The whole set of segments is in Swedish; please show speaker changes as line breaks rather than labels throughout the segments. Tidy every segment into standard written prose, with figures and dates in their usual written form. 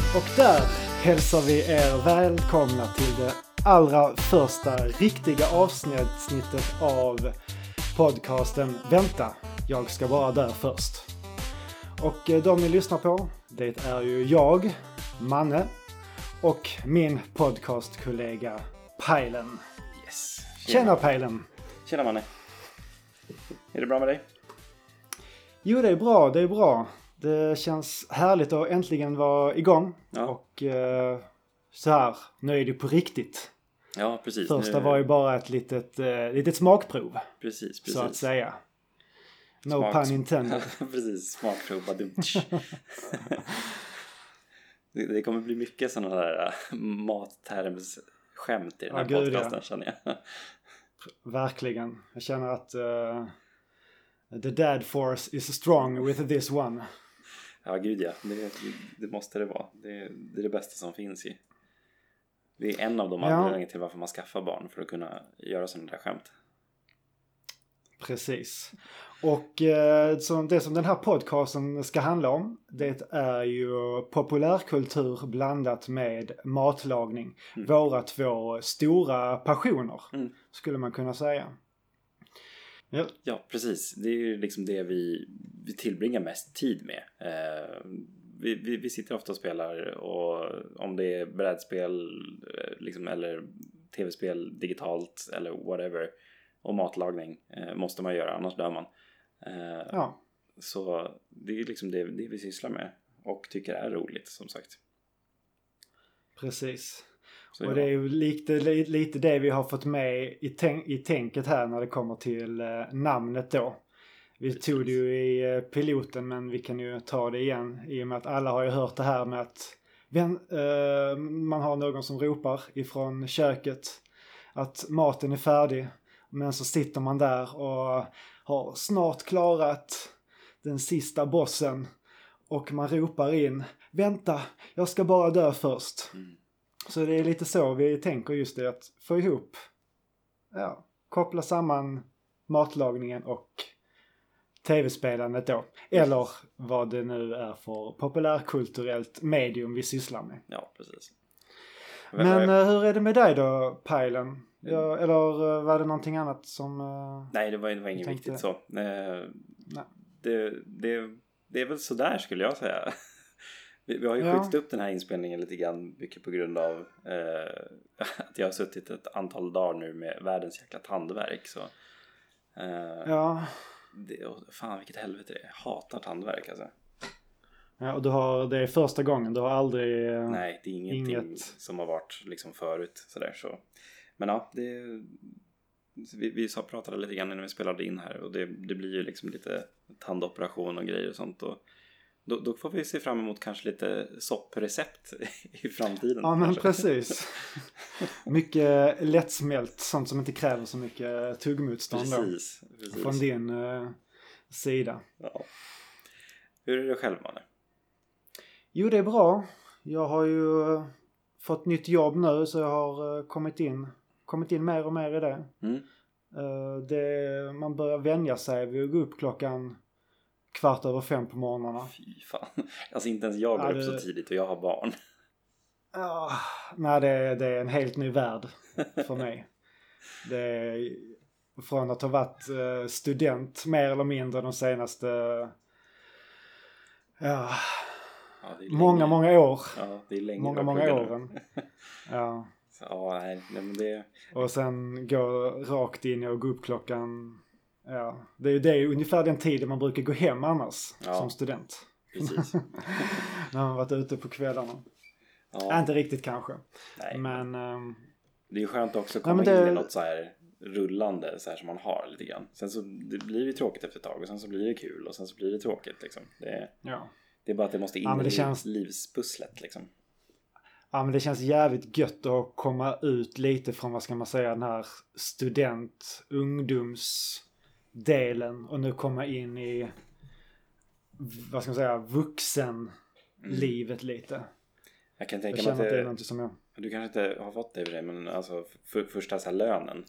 Och där hälsar vi er välkomna till det allra första riktiga avsnittet av podcasten Vänta, jag ska bara där först. Och de ni lyssnar på, det är ju jag, Manne, och min podcastkollega Pajlen.
Yes.
Tjena Pajlen!
Tjena Manne! Är det bra med dig?
Jo, det är bra, det är bra. Det känns härligt att äntligen vara igång. Ja. Och så här, nu är det på riktigt.
Ja, precis.
Första var ju bara ett litet smakprov.
Precis.
Så att säga. No pun intended.
Precis, smakprov. Det kommer bli mycket sådana där mattermsskämt i den här podcasten, känner jag.
Verkligen. Jag känner att the dad force is strong with this one.
Ja, gud ja. Det måste det vara. Det är det bästa som finns i. Det är en av de anledningarna till varför man skaffar barn. För att kunna göra sådana där skämt.
Precis. Och det som den här podcasten ska handla om, det är ju populärkultur blandat med matlagning. Våra två stora passioner, skulle man kunna säga.
Ja, precis. Det är ju liksom det vi tillbringar mest tid med. Vi sitter ofta och spelar, och om det är brädspel liksom, eller tv-spel digitalt eller whatever, och matlagning måste man göra, annars dör man. Så det är liksom det vi sysslar med och tycker är roligt, som sagt.
Precis. Och det är ju lite det vi har fått med i tänket här när det kommer till namnet då. Vi tog det ju i piloten, men vi kan ju ta det igen i och med att alla har ju hört det här med att man har någon som ropar ifrån köket att maten är färdig, men så sitter man där och har snart klarat den sista bossen och man ropar in: vänta, jag ska bara dö först. Så det är lite så vi tänker, just det, att få ihop, koppla samman matlagningen och tv-spelandet då. Eller vad det nu är för populärkulturellt medium vi sysslar med.
Ja, precis.
Men hur är det med dig då, Pajlen? Eller var det någonting annat som...
Nej, det var inget viktigt så. Det är väl sådär, skulle jag säga. Vi har ju skjutit upp den här inspelningen lite grann, mycket på grund av att jag har suttit ett antal dagar nu med världens jäkla tandvärk. Så, fan, vilket helvete det är. Jag hatar tandvärk, alltså. Ja,
och det är första gången, du har aldrig...
Nej, det är ingenting som har varit liksom förut. Sådär, så. Men ja, vi pratade lite grann när vi spelade in här, och det blir ju liksom lite tandoperation och grejer och sånt, och då får vi se fram emot kanske lite sopprecept i framtiden.
Ja, men precis. Mycket lättsmält, sånt som inte kräver så mycket tuggmotstånd.
Precis.
Från din sida.
Ja. Hur är det själv, Manne?
Jo, det är bra. Jag har ju fått nytt jobb nu, så jag har kommit in mer och mer i det. Man börjar vänja sig vid att gå upp 4:15 på morgnarna.
Fy fan. Alltså inte ens jag går upp så tidigt och jag har barn.
Nej, det är en helt ny värld för mig. Det är från att ha varit student mer eller mindre de senaste många år.
Ja, det är länge.
Många åren. Ja.
Ja, nej, men det...
Och sen gå rakt in och gå upp klockan... Ja, det är ungefär den tiden man brukar gå hem annars som student.
Precis.
När man varit ute på kvällarna. Ja. Inte riktigt kanske.
Nej.
Men...
det är ju skönt också att komma in i något så här rullande så här som man har lite grann. Sen så blir det tråkigt efter ett tag, och sen så blir det kul, och sen så blir det tråkigt liksom. Det är bara att det måste in i livspusslet liksom.
Ja, men det känns jävligt gött att komma ut lite från, vad ska man säga, den här ungdomsdelen och nu komma in i, vad ska man säga, vuxenlivet lite.
Jag kan tänka mig att
det är något som
du kanske inte har fått det för det, men alltså första så här lönen.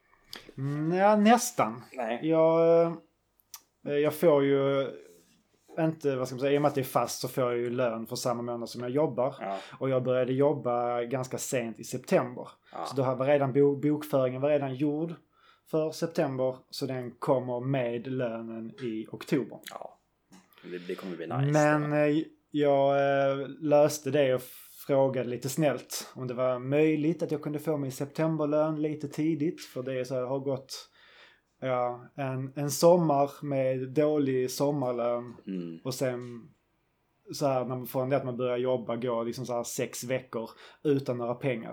Ja, nästan.
Nej.
Jag får ju inte, vad ska man säga, i och med att det är fast så får jag ju lön för samma månad som jag jobbar.
Ja.
Och jag började jobba ganska sent i september.
Ja.
Så då var redan bokföringen var redan gjord för september. Så den kommer med lönen i oktober.
Ja, det kommer bli nice.
Men jag löste det och frågade lite snällt om det var möjligt att jag kunde få min septemberlön lite tidigt. För det är så här, har gått en sommar med dålig sommarlön. Och sen så här, från det att man börjar jobba går liksom så här 6 veckor utan några pengar.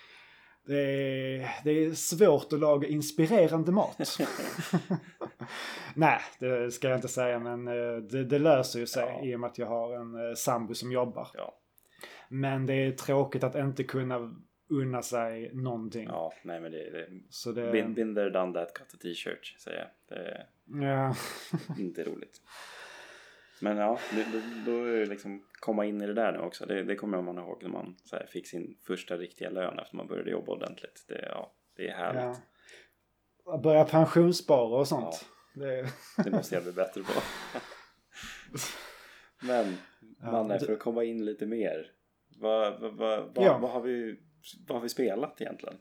Det är svårt att laga inspirerande mat. Nej, det ska jag inte säga, men det löser ju sig i och med att jag har en sambo som jobbar.
Ja. Men
det är tråkigt att inte kunna unna sig någonting.
Ja, nej men det
så det...
Been there, done that, cut a t-shirt, säger jag. Det är inte roligt. Men ja, då är det liksom komma in i det där nu också. Det kommer man ihåg när man så här, fick sin första riktiga lön efter man började jobba ordentligt. Det är härligt.
Ja. Börja pensionsspara och sånt.
Ja. Det måste jag bli bättre på. Men Manne, för att komma in lite mer. Vad har vi spelat egentligen?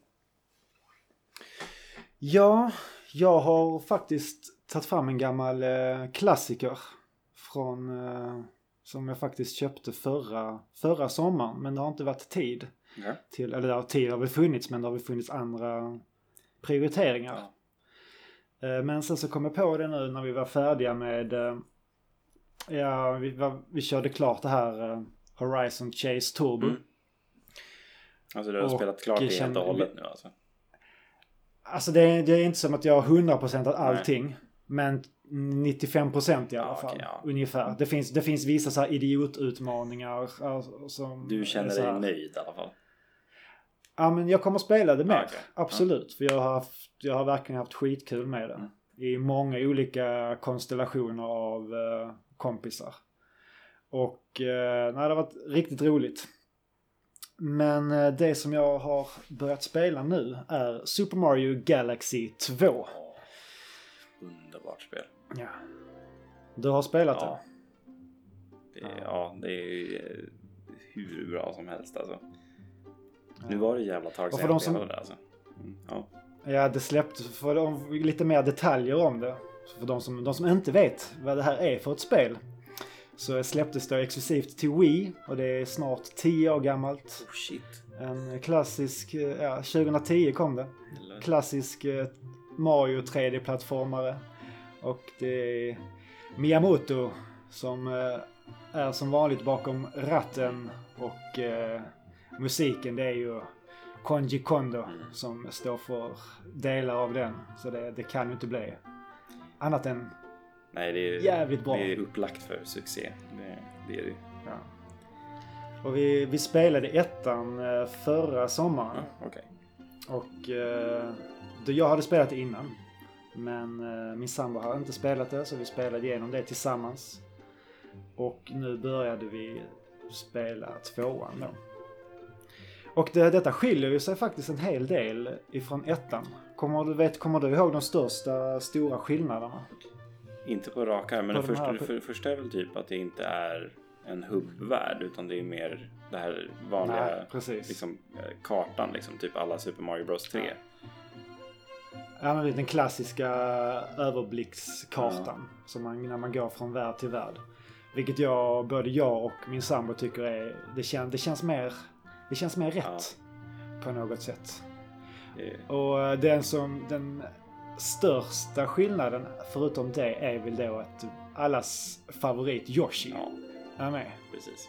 Ja, jag har faktiskt tagit fram en gammal klassiker från som jag faktiskt köpte förra sommaren, men det har inte varit tid till, eller tid har väl funnits, men det har väl funnits andra prioriteringar. Men sen så kom jag på det nu när vi var färdiga med vi körde klart det här Horizon Chase Turbo.
Alltså du har spelat klart det helt och hållet nu alltså?
Alltså det är inte som att jag har 100% allting. Men 95% i alla fall. Ungefär. Det finns vissa så här idiotutmaningar som...
Du känner dig nöjd i alla fall?
Ja, men jag kommer att spela det mer. Absolut. För jag har verkligen haft skitkul med det. I många olika konstellationer av kompisar. Och det har varit riktigt roligt. Men det som jag har börjat spela nu är Super Mario Galaxy 2.
Underbart spel.
Ja. Du har spelat det?
Det är ju hur bra som helst alltså. Nu var det jävla tag sedan jag spelade det alltså.
Ja, det släppte för lite mer detaljer om det. För de som inte vet vad det här är för ett spel. Så släpptes det exklusivt till Wii. Och det är snart 10 år gammalt.
Oh shit.
En klassisk, 2010 kom det. Klassisk Mario 3D-plattformare. Och det är Miyamoto som är som vanligt bakom ratten. Och musiken, det är ju Koji Kondo som står för delar av den. Så det kan ju inte bli annat än jävligt bra.
Det är upplagt för succé. Det är det.
Ja. Och vi spelade ettan förra sommaren.
Okay.
Och jag hade spelat det innan. Men min sambo hade inte spelat det, så vi spelade igenom det tillsammans. Och nu började vi spela tvåan då. Och detta skiljer ju sig faktiskt en hel del ifrån ettan. Kommer du ihåg de stora skillnaderna?
Inte på rak arm, men det första är väl typ att det inte är en hubbvärld, utan det är mer det här vanliga liksom, kartan, liksom, typ alla Super Mario Bros 3.
Ja, men den klassiska överblickskartan som när man går från värld till värld. Vilket både jag och min sambo tycker det känns mer rätt på något sätt. Och den största skillnaden förutom det är väl då att allas favorit Yoshi är med.
Precis.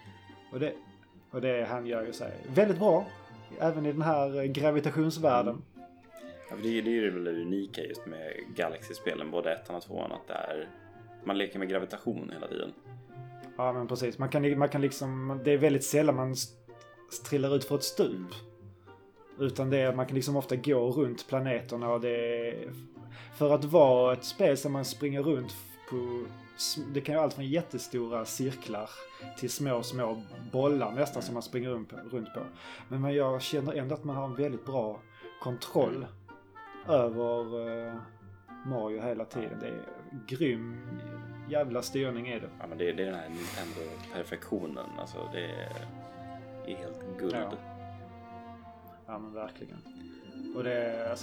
Och det han gör ju sig väldigt bra även i den här gravitationsvärlden.
Ja, det är ju väl det unika just med Galaxy-spelen, både ettan och tvåan, att man leker med gravitation hela tiden. Ja,
men precis. Man kan liksom, det är väldigt sällan man trillar ut för ett stup. Utan man kan liksom ofta gå runt planeterna, och för att vara ett spel som man springer runt på, det kan ju allt från jättestora cirklar till små bollar nästan som man springer runt på. Men jag känner ändå att man har en väldigt bra kontroll över Mario hela tiden. Det är jävla styrning är det.
Ja, men det är den här Nintendo-perfektionen. Alltså det är helt guld.
Ja men verkligen. Och det är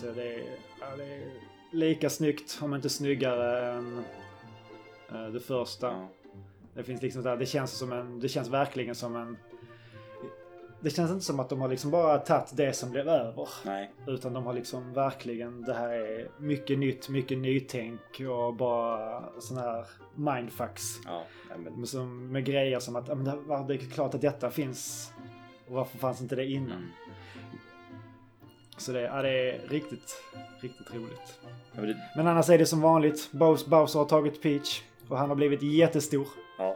lika snyggt, om inte snyggare än det första. Ja. Det finns liksom där, det känns verkligen som en. Det känns inte som att de har liksom bara tagit det som blev över. Nej. Utan de har liksom verkligen, det här är mycket nytt, mycket nytänk och bara sån här mindfucks. Ja, med grejer som att det är klart att detta finns. Och varför fanns inte det innan? Mm. Så det är riktigt, riktigt roligt. Men annars är det som vanligt. Bowser har tagit Peach. Och han har blivit jättestor. Ja.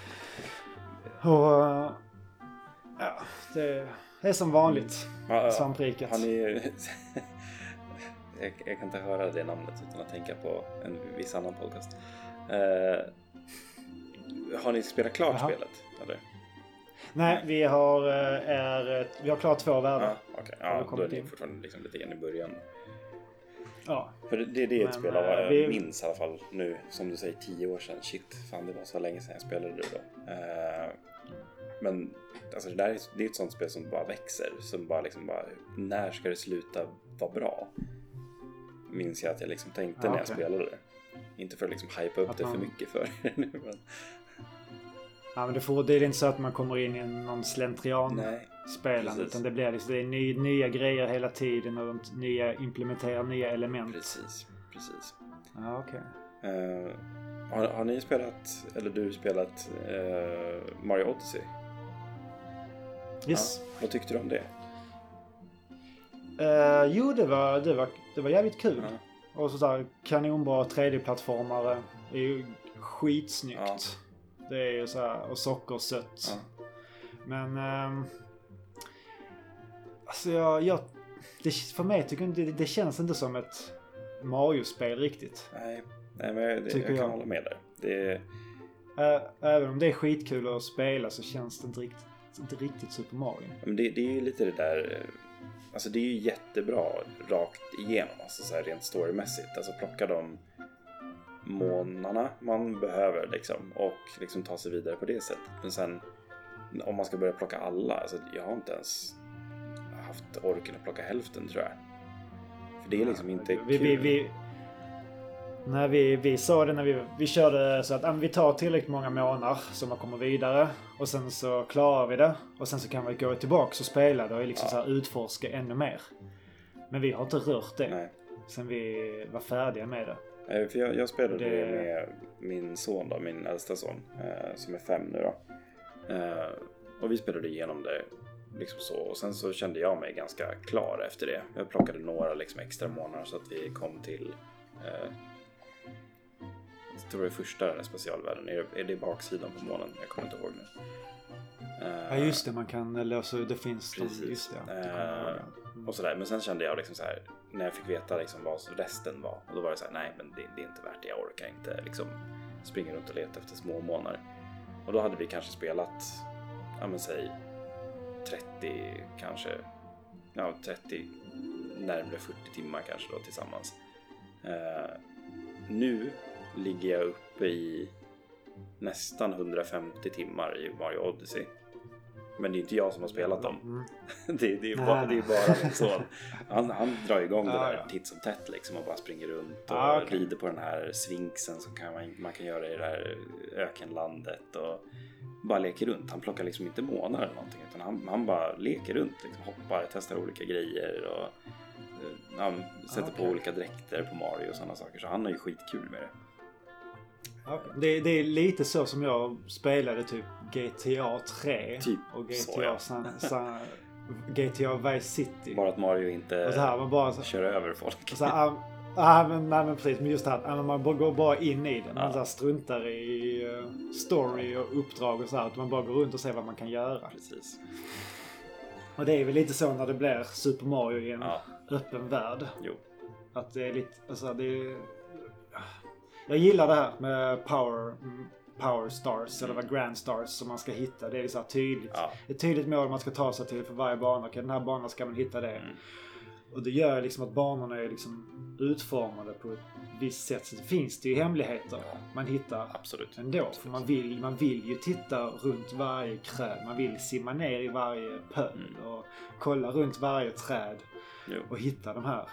Och ja, det är som vanligt. Svampriket.
Jag kan inte höra det namnet utan att tänka på en viss annan podcast. Har ni spelat klart spelet? Eller?
Nej, vi har klart 2 världar.
Ja, okay. Ja, då är det fortfarande liksom lite grann i början. Ja. För det är ett spel jag minns i alla fall nu, som du säger, 10 år sedan. Shit, fan det var så länge sedan jag spelade det då. Men alltså det är ett sånt spel som bara växer, som bara när ska det sluta vara bra? Minns jag att jag liksom tänkte när jag spelade det. Inte för att liksom hypa upp det för mycket för men...
Ja, men det är inte så att man kommer in i någon slentrian spelande, utan det blir liksom, det är nya grejer hela tiden och implementerar nya element.
Precis.
Ja, okej.
Har ni spelat, eller du spelat Mario Odyssey?
Yes.
Ja, vad tyckte du om det?
Jo, det var jävligt kul. Ja. Och sådär kanonbra 3D-plattformare. Det är ju skitsnyggt. Ja. Det är ju så här, och sockersött. Ja. Men alltså för mig tycker jag det känns inte som ett Mario-spel riktigt.
Nej, men jag kan hålla med där.
Även om det är skitkul att spela så känns det inte riktigt Super Mario.
Men det är ju lite det där. Alltså det är ju jättebra rakt igenom, alltså så här rent storymässigt. Alltså plocka de månaderna man behöver liksom, och liksom ta sig vidare på det sättet. Men sen om man ska börja plocka alla, alltså jag har inte ens haft orken att plocka hälften, tror jag. För det är liksom inte kul.
Vi sa det när vi körde så att vi tar tillräckligt många månader så man kommer vidare, och sen så klarar vi det, och sen så kan vi gå tillbaka och spela det och liksom så här utforska ännu mer. Men vi har inte rört det sen vi var färdiga med det.
För jag spelade det med min son då, min äldsta son, som är 5 nu då. Och vi spelade igenom det liksom så, och sen så kände jag mig ganska klar efter det. Jag plockade några liksom extra månader så att vi kom till jag tror det är första specialvärlden. Är det baksidan på månen? Jag kommer inte ihåg nu.
Ja just det, man kan lösa, det finns
just det. Och sådär, men sen kände jag liksom så här, när jag fick veta liksom vad resten var, och då var det så här, nej men det är inte värt det, jag orkar inte liksom springa runt och leta efter små månader. Och då hade vi kanske spelat, ja men säg 30 kanske, 30 närmare 40 timmar kanske då tillsammans. Nu ligger jag uppe i nästan 150 timmar i Mario Odyssey. Men det är inte jag som har spelat dem. Det är bara min son. Han drar igång det där titt som tätt liksom, och bara springer runt och rider på den här svinksen som man kan göra i det här ökenlandet och bara leker runt. Han plockar liksom inte månader eller någonting, utan han bara leker runt liksom, hoppar, testar olika grejer och han sätter på olika dräkter på Mario och sådana saker. Så han har ju skitkul med det.
Okay. Det är lite så som jag spelade typ GTA 3 och GTA Vice City.
Bara att Mario inte kör över folk.
Men precis, men just det här, man går bara in i den. Man struntar i story och uppdrag och så här, att man bara går runt och ser vad man kan göra.
Precis.
Och det är väl lite så när det blir Super Mario i en öppen värld.
Jo.
Att det är lite, alltså jag gillar det här med power stars eller grand stars som man ska hitta. Det är så här tydligt. Ett tydligt mål man ska ta sig till för varje bana. Okej, den här banan ska man hitta det. Och det gör liksom att banorna är liksom utformade på ett visst sätt. Så det finns det ju hemligheter man hittar ändå. För man vill ju titta runt varje krön. Man vill simma ner i varje pöl och kolla runt varje träd. Och hitta de här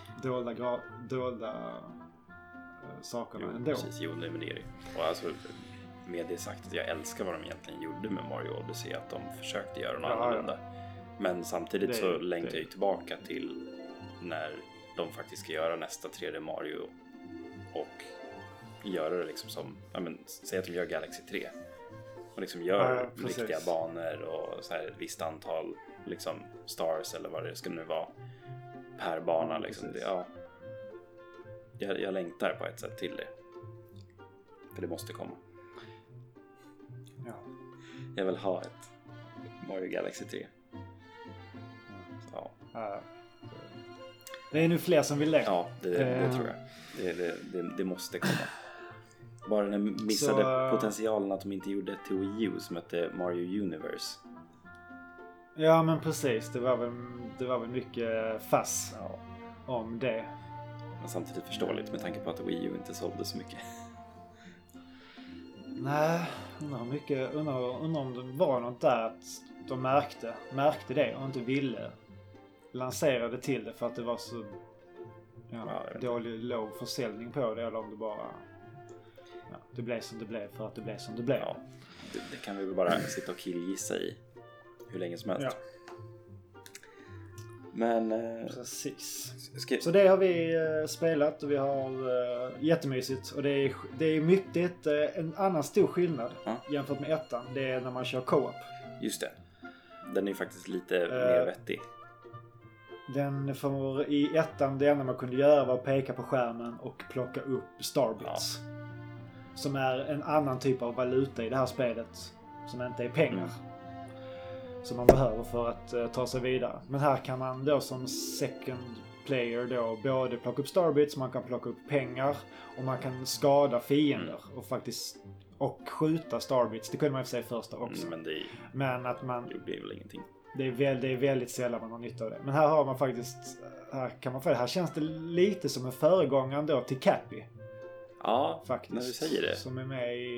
dolda sakerna ändå.
Precis, men det är det. Och alltså, med det sagt att jag älskar vad de egentligen gjorde med Mario Odyssey. Att de försökte göra något annorlunda. Men samtidigt så längtar jag ju tillbaka till när de faktiskt ska göra nästa 3D Mario och göra det liksom som, säg att de gör Galaxy 3 och liksom gör riktiga banor och så här ett visst antal liksom stars eller vad det ska nu vara per bana liksom. Jag längtar på ett sätt till det. För det måste komma.
Ja.
Jag vill ha ett Mario Galaxy 3.
Det är nu fler som vill det.
Ja, det tror jag. Det måste komma. Bara den missade potentialen att de inte gjorde ett till Wii U som hette Mario Universe.
Ja, men precis. Det var väl mycket fass om det.
Men samtidigt förståeligt med tanke på att Wii U inte sålde så mycket.
Nej, undrar om det var något där att de märkte det och inte ville lanserade till det för att det var så dålig låg försäljning på det, eller om det bara det blev som det blev för att det blev som det blev.
Ja, det kan vi väl bara sitta och killgissa i hur länge som helst. Men
precis. Så det har vi spelat och vi har jättemysigt och det är mycket en annan stor skillnad jämfört med ettan. Det är när man kör co-op.
Just det. Den är ju faktiskt lite mer vettig.
I ettan, det enda man kunde göra var att peka på skärmen och plocka upp Starbits. Som är en annan typ av valuta i det här spelet. Som inte är pengar. Som man behöver för att ta sig vidare. Men här kan man då som second player då både plocka upp Starbits, man kan plocka upp pengar och man kan skada fiender och skjuta Starbits. Det kunde man ju säga första också. Men att man...
Det blir väl ingenting.
Det är väldigt sällan man har nytta av det. Men här har man faktiskt... Här känns det lite som en föregångare då till Cappy.
Ja, faktiskt. När du säger det.
Som är med i...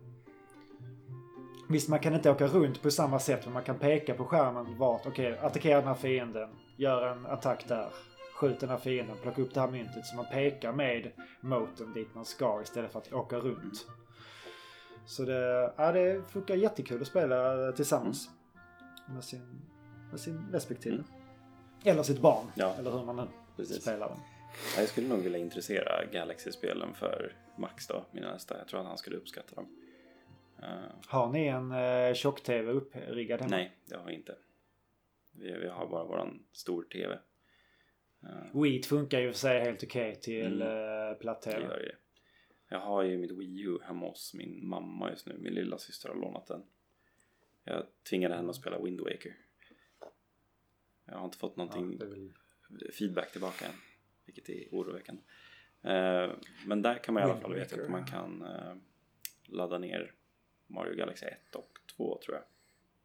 Visst, man kan inte åka runt på samma sätt, men man kan peka på skärmen vart, attackera den här fienden, gör en attack där, skjut den här fienden, plocka upp det här myntet. Så man pekar med moten dit man ska istället för att åka runt. Så det funkar jättekul att spela tillsammans. Med sin respektive. Eller sitt barn. Eller hur man nu spelar den.
Jag skulle nog vilja intressera Galaxy-spelen för Max då, mina nästa. Jag tror att han skulle uppskatta dem.
Har ni en tjock-tv uppriggad hemma?
Nej, det har vi inte. Vi har bara våran stor-tv.
Wii funkar ju för sig helt okej till platt-tv.
Det gör det. Jag har ju mitt Wii U hemma hos min mamma just nu. Min lilla syster har lånat den. Jag tvingade henne att spela Wind Waker. Jag har inte fått någonting feedback tillbaka än. Vilket är oroväckande. Men där kan man i alla fall veta att man kan ladda ner Mario Galaxy 1 och 2 tror jag.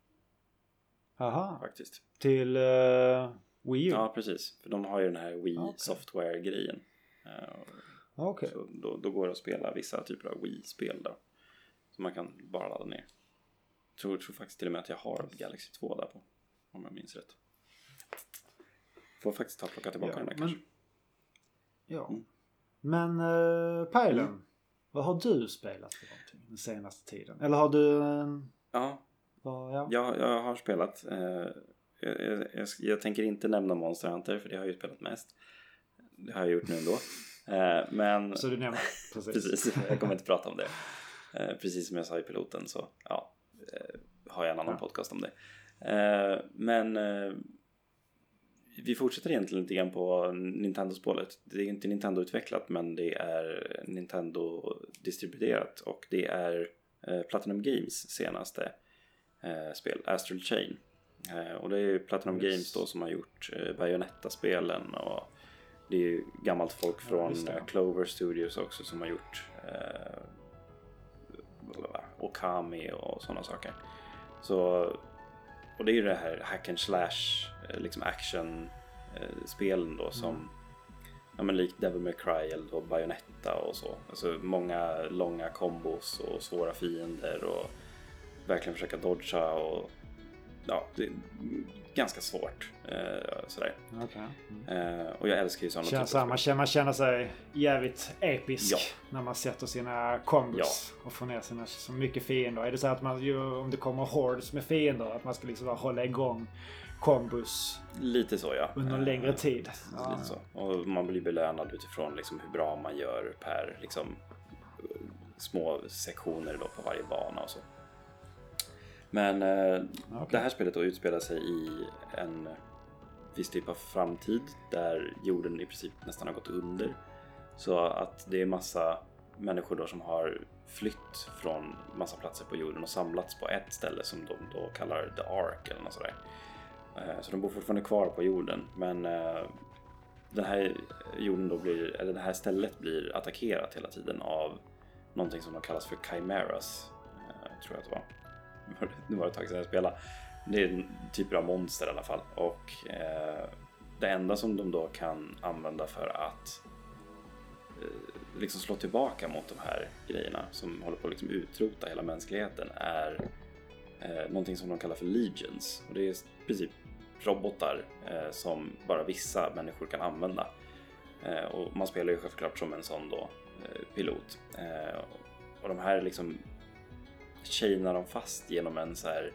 Aha.
Faktiskt.
Till Wii U?
Ja, precis. För de har ju den här Wii Software-grejen. Så då går det att spela vissa typer av Wii-spel då. Så man kan bara ladda ner. Tror faktiskt till och med att jag har Galaxy 2 där på. Om jag minns rätt. Får faktiskt plocka tillbaka den där kanske.
Men Pajlen, vad har du spelat för någonting den senaste tiden? Eller har du... Jag har spelat. Jag tänker inte nämna Monster Hunter för det har jag ju spelat mest. Det har jag gjort nu ändå. Men... Så du nämner,
precis, jag kommer inte prata om det. Precis som jag sa i piloten så har jag en annan podcast om det. Men vi fortsätter egentligen lite grann på Nintendo-spålet. Det är inte Nintendo-utvecklat men det är Nintendo-distribuerat och det är Platinum Games senaste spel, Astral Chain. Och det är ju Platinum Games då som har gjort Bayonetta-spelen och det är ju gammalt folk från Clover Studios också som har gjort Okami och sådana saker. Så, och det är ju det här hack and slash liksom action spelen då som ja, men likt Devil May Cry eller då Bayonetta och så. Alltså många långa kombos och svåra fiender och verkligen försöka dodga och ja, det är ganska svårt sådär.
Okay.
Och jag älskar ju sådana
man känner sig jävligt episk när man sätter sina kombos och får ner sina så mycket fiender. Är det så att man om det kommer hordes med fiender att man ska liksom hålla igång kombos
lite så
under en längre tid.
Lite så. Och man blir belönad utifrån liksom hur bra man gör per liksom små sektioner då på varje bana och så. Men det här spelet då utspelar sig i en viss typ av framtid där jorden i princip nästan har gått under. Så att det är massa människor då som har flytt från massa platser på jorden och samlats på ett ställe som de då kallar The Ark eller något sådär. Så de bor fortfarande kvar på jorden, men den här jorden då det här stället blir attackerat hela tiden av någonting som de kallas för Chimeras, tror jag att det var. Nu var det ett tag sedan jag spelade. Det är en typ av monster i alla fall. Och det enda som de då kan använda för att liksom slå tillbaka mot de här grejerna som håller på att liksom utrota hela mänskligheten är någonting som de kallar för legions. Och det är i princip robotar som bara vissa människor kan använda. Och man spelar ju självklart som en sån då pilot. Och de här liksom chainar de fast genom en så här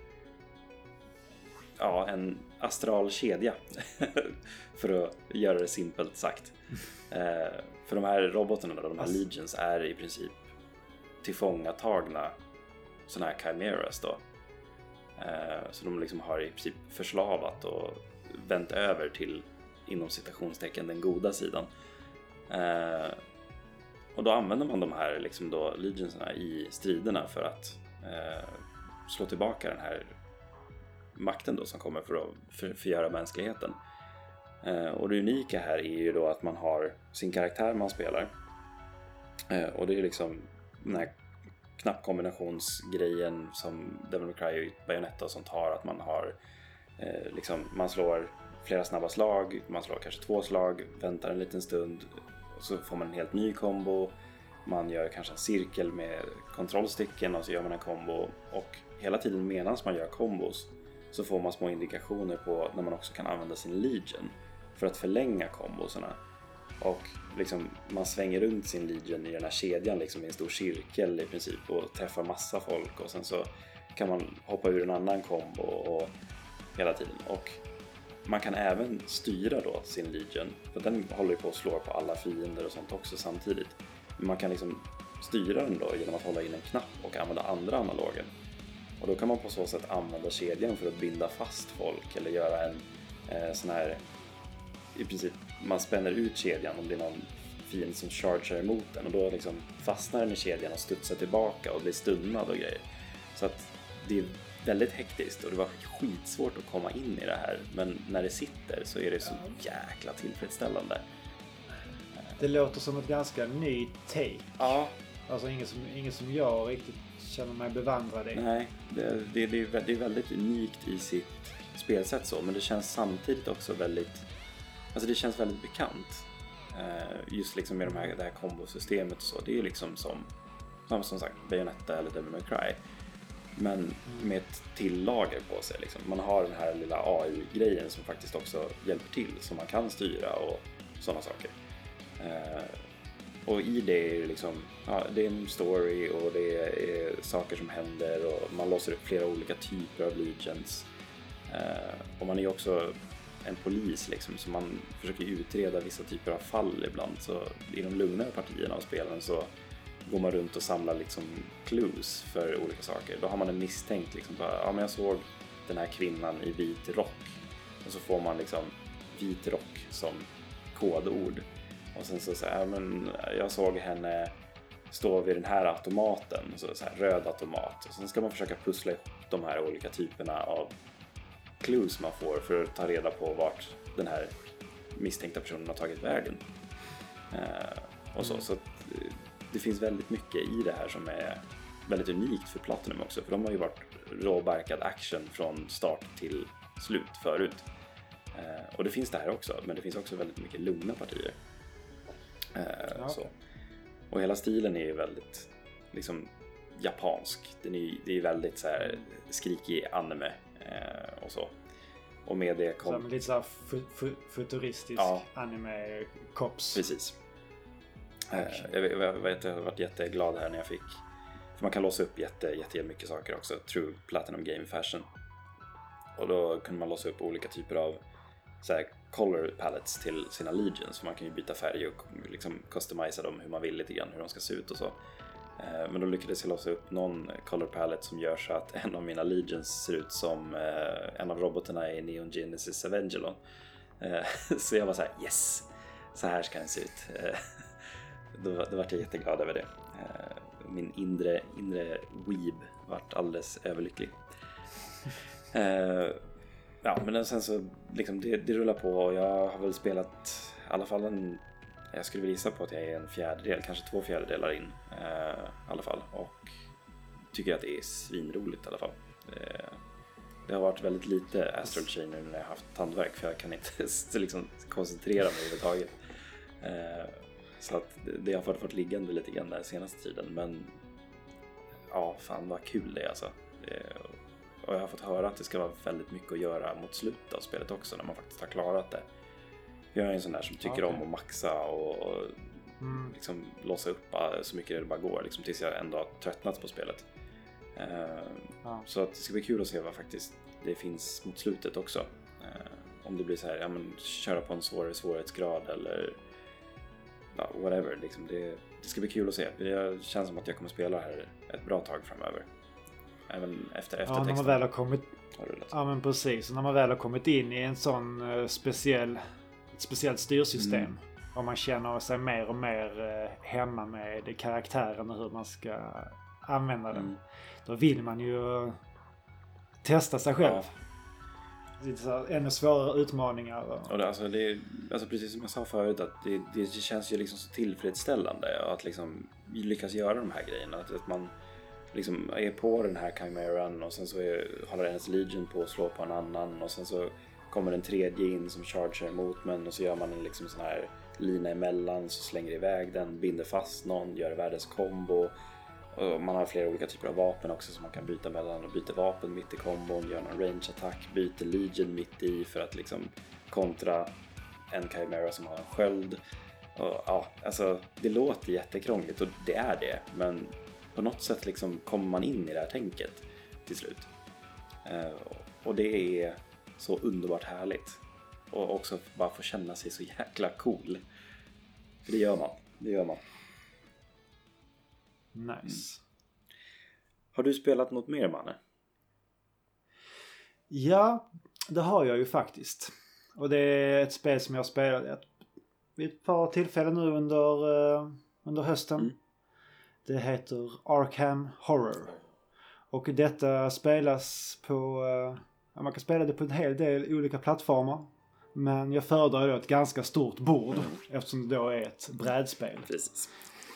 en astral kedja för att göra det simpelt sagt. För de här robotarna då, de här legions är i princip tillfångatagna såna här chimeras då. Så de liksom har i princip förslavat och vänt över till inom citationstecken den goda sidan. Och då använder man de här liksom då legionsarna i striderna för att slå tillbaka den här makten då som kommer för att förgöra mänskligheten. Och det unika här är ju då att man har sin karaktär man spelar. Och det är liksom den här knappkombinationsgrejen som Devil May Cry och Bayonetta och sånt har, att man har liksom, man slår flera snabba slag, man slår kanske 2 slag, väntar en liten stund och så får man en helt ny kombo. Man gör kanske en cirkel med kontrollsticken och så gör man en kombo, och hela tiden medan man gör kombos så får man små indikationer på när man också kan använda sin legion för att förlänga kombosarna. Och liksom man svänger runt sin legion i den här kedjan liksom i en stor cirkel i princip och träffar massa folk, och sen så kan man hoppa ur en annan kombo och hela tiden. Och man kan även styra då sin legion, för den håller ju på att slå på alla fiender och sånt också samtidigt. Men man kan liksom styra den då genom att hålla in en knapp och använda andra analoger. Och då kan man på så sätt använda kedjan för att binda fast folk eller göra en sån här, i princip man spänner ut kedjan om det är någon fiende som chargear emot den, och då liksom fastnar den i kedjan och studsar tillbaka och blir stunnad och grejer. Så att det är väldigt hektiskt och det var skitsvårt att komma in i det här, men när det sitter så är det så jäkla tillfredsställande.
Det låter som ett ganska ny take.
Ja.
Alltså inget som jag riktigt känner mig bevandrad i.
Nej, det är väldigt unikt i sitt spelsätt så, men det känns samtidigt också väldigt, alltså det känns väldigt bekant. Just liksom med det här kombosystemet och så. Det är liksom som sagt Bayonetta eller Devil May Cry, men med ett tillager på sig liksom. Man har den här lilla AI-grejen som faktiskt också hjälper till, som man kan styra och sådana saker. Och i det är liksom, det är en story och det är saker som händer och man låser upp flera olika typer av legions. Och man är ju också en polis liksom, så man försöker utreda vissa typer av fall ibland. Så i de lugnare partierna av spelen så går man runt och samlar liksom clues för olika saker. Då har man en misstänkt liksom, men jag såg den här kvinnan i vit rock, och så får man liksom vit rock som kodord. Och sen så här, men jag såg henne stå vid den här automaten, så här röd automat. Och sen ska man försöka pussla ihop de här olika typerna av clues man får för att ta reda på vart den här misstänkta personen har tagit vägen. Och så det finns väldigt mycket i det här som är väldigt unikt för Platinum också. För de har ju varit råbarkad action från start till slut förut. Och det finns det här också, men det finns också väldigt mycket lugna partier. Så. Och hela stilen är ju väldigt liksom japansk. Det är väldigt så här skrikig anime och så. Och med det kom...
Så lite så här futuristisk anime cops.
Precis. Jag har varit jätteglad här när jag fick... För man kan låsa upp jättemycket saker också. True Platinum Game Fashion. Och då kunde man låsa upp olika typer av så här color palettes till sina legions. För man kan ju byta färg och liksom customisa dem hur man vill lite grann. Hur de ska se ut och så. Men då lyckades jag låsa upp någon color palette som gör så att en av mina legions ser ut som en av robotarna i Neon Genesis Evangelion. Så jag var så här: yes! Så här ska den se ut. Då var jag jätteglad över det. Min inre weeb vart alldeles överlycklig. Ja, men sen så liksom det rullar på och jag har väl spelat i alla fall jag skulle vilja gissa på att jag är en fjärdedel, kanske 2/4 in i alla fall, och tycker att det är svinroligt i alla fall. Det har varit väldigt lite Astral Chain nu när jag har haft tandvärk, för jag kan inte liksom koncentrera mig överhuvudtaget. Så att det har fått liggande lite grann den senaste tiden, men ja, fan vad kul det är alltså. Och jag har fått höra att det ska vara väldigt mycket att göra mot slutet av spelet också, när man faktiskt har klarat det. Jag är en sån där som tycker om att maxa och liksom låsa upp så mycket det bara går, liksom, tills jag ändå har tröttnat på spelet. Så att det ska bli kul att se vad faktiskt det finns mot slutet också. Om det blir så här, ja, men köra på en svårare svårighetsgrad eller whatever. Liksom, det ska bli kul att se. Det känns som att jag kommer spela här ett bra tag framöver. Även efter texten.
När man väl har kommit... Ja, men precis. När man väl har kommit in i en sån ett speciellt styrsystem. Och man känner sig mer och mer hemma med karaktären och hur man ska använda den. Då vill man ju testa sig själv. Ja. Ännu svårare utmaningar.
Och det, alltså precis som jag sa förut, att det känns ju liksom så tillfredsställande att liksom lyckas göra de här grejerna. Att man liksom är på den här chimeran och sen så håller ens legion på att slå på en annan, och sen så kommer en tredje in som charger emot, men och så gör man en liksom sån här lina emellan, så slänger iväg den, binder fast någon, gör världens kombo. Och man har flera olika typer av vapen också som man kan byta mellan, och byter vapen mitt i kombon, gör någon range-attack, byter legion mitt i för att liksom kontra en chimera som har en sköld. Och ja, alltså det låter jättekrångligt, och det är det, men på något sätt liksom kommer man in i det här tänket till slut. Och det är så underbart härligt. Och också bara få känna sig så jäkla cool. För det gör man.
Nice.
Har du spelat något mer, Manne?
Ja, det har jag ju faktiskt. Och det är ett spel som jag har spelat vid ett par tillfällen nu under hösten. Det heter Arkham Horror. Och detta spelas på... man kan spela det på en hel del olika plattformar. Men jag föredrar då ett ganska stort bord. Eftersom det då är ett brädspel.
Precis.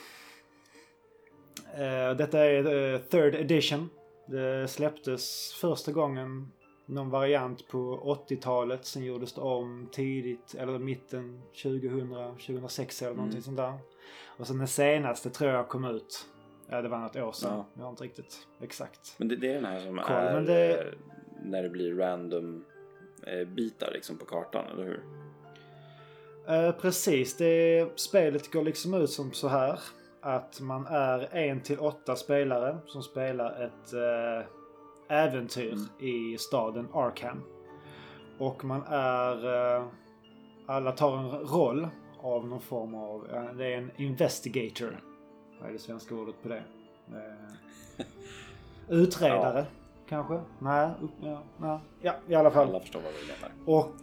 Detta är third edition. Det släpptes första gången någon variant på 80-talet. Sen gjordes det om tidigt, eller mitten 2006 eller någonting sånt där. Och sen den senaste tror jag kom ut. Ja, det var något år sedan. Jag har inte riktigt exakt.
Men det är den här som när det blir random bitar liksom på kartan, eller hur?
Precis. Spelet går liksom ut som så här. Att man är 1-8 spelare som spelar ett äventyr i staden Arkham. Och man alla tar en roll av någon form av... det är en investigator. Vad är det svenska ordet på det? Utredare, kanske? Nej, i alla fall.
Alla förstår vad vi menar.
Och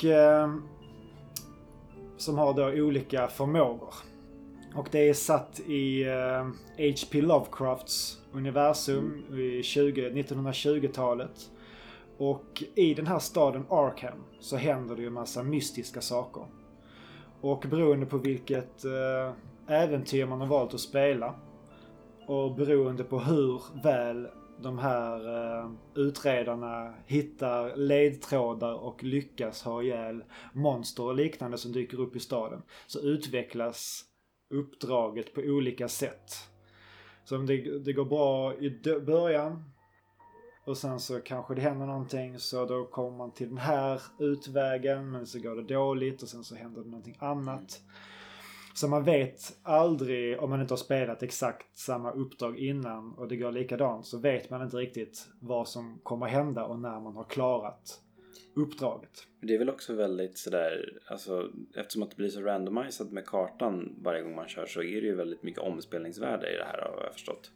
som har då olika förmågor. Och det är satt i H.P. Lovecrafts universum i 1920-talet. Och i den här staden Arkham så händer det ju en massa mystiska saker. Och beroende på vilket äventyr man har valt att spela och beroende på hur väl de här utredarna hittar ledtrådar och lyckas ha ihjäl monster och liknande som dyker upp i staden, så utvecklas uppdraget på olika sätt. Så om det går bra i början och sen så kanske det händer någonting, så då kommer man till den här utvägen, men så går det dåligt och sen så händer det någonting annat. Så man vet aldrig, om man inte har spelat exakt samma uppdrag innan och det går likadant, så vet man inte riktigt vad som kommer hända och när man har klarat uppdraget.
Det är väl också väldigt sådär, alltså, eftersom att det blir så randomiserat med kartan varje gång man kör, så är det ju väldigt mycket omspelningsvärde i det här, har jag förstått.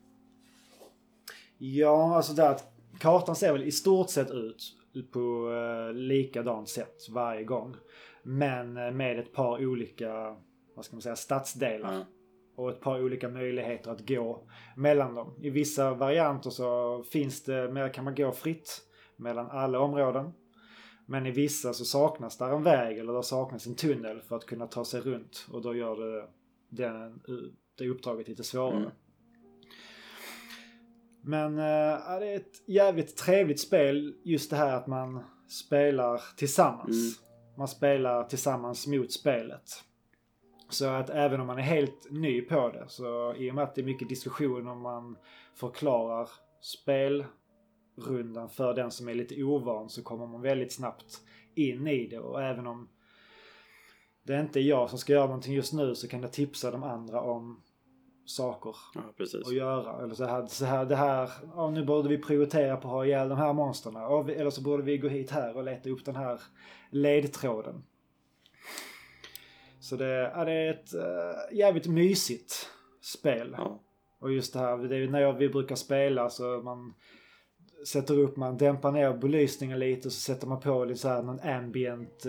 Ja, alltså där att kartan ser väl i stort sett ut på likadant sätt varje gång. Men med ett par olika, vad ska man säga, stadsdelar. Och ett par olika möjligheter att gå mellan dem. I vissa varianter så finns det, kan man gå fritt mellan alla områden. Men i vissa så saknas där en väg eller där saknas en tunnel för att kunna ta sig runt. Och då gör det uppdraget lite svårare. Men det är ett jävligt trevligt spel, just det här att man spelar tillsammans. Man spelar tillsammans mot spelet. Så att även om man är helt ny på det, så i och med att det är mycket diskussion om man förklarar spelrundan för den som är lite ovan, så kommer man väldigt snabbt in i det. Och även om det inte är jag som ska göra någonting just nu, så kan jag tipsa de andra om saker att göra. Eller så här det här, nu borde vi prioritera på att ha ihjäl de här monsterna. Eller så borde vi gå hit här och leta upp den här ledtråden. Så det är ett jävligt mysigt spel. Ja. Och just det här, det är när vi brukar spela, så man sätter upp, man dämpar ner belysningen lite och så sätter man på lite så här någon ambient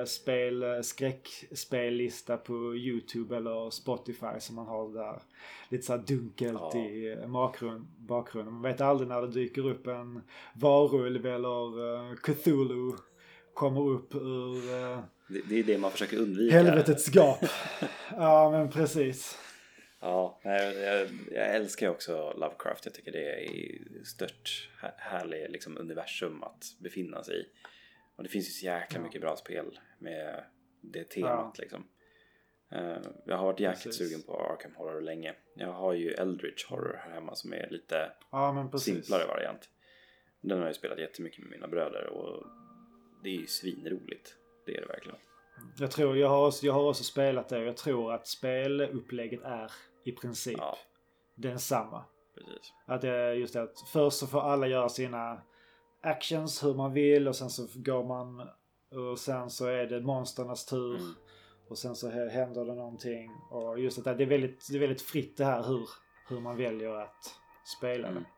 skräckspellista på YouTube eller Spotify, som man har där lite så här dunkelt i bakgrunden. Man vet aldrig när det dyker upp en varulv eller Cthulhu kommer upp ur
det är det man försöker undvika.
Helvetets gap. Ja, men precis.
Ja, jag älskar ju också Lovecraft. Jag tycker det är stört härlig liksom universum att befinna sig i. Och det finns ju så jäkla mycket bra spel med det temat liksom. Jag har varit jäkligt sugen på Arkham Horror länge. Jag har ju Eldritch Horror här hemma som är lite simplare variant. Den har jag spelat jättemycket med mina bröder och det är ju svinroligt. Det är det verkligen.
Jag har också spelat det och jag tror att spelupplägget är i princip densamma.
Precis.
Att det är just det att först så får alla göra sina actions hur man vill och sen så går man och sen så är det monsternas tur och sen så händer det någonting och just att det är väldigt fritt det här hur man väljer att spela det.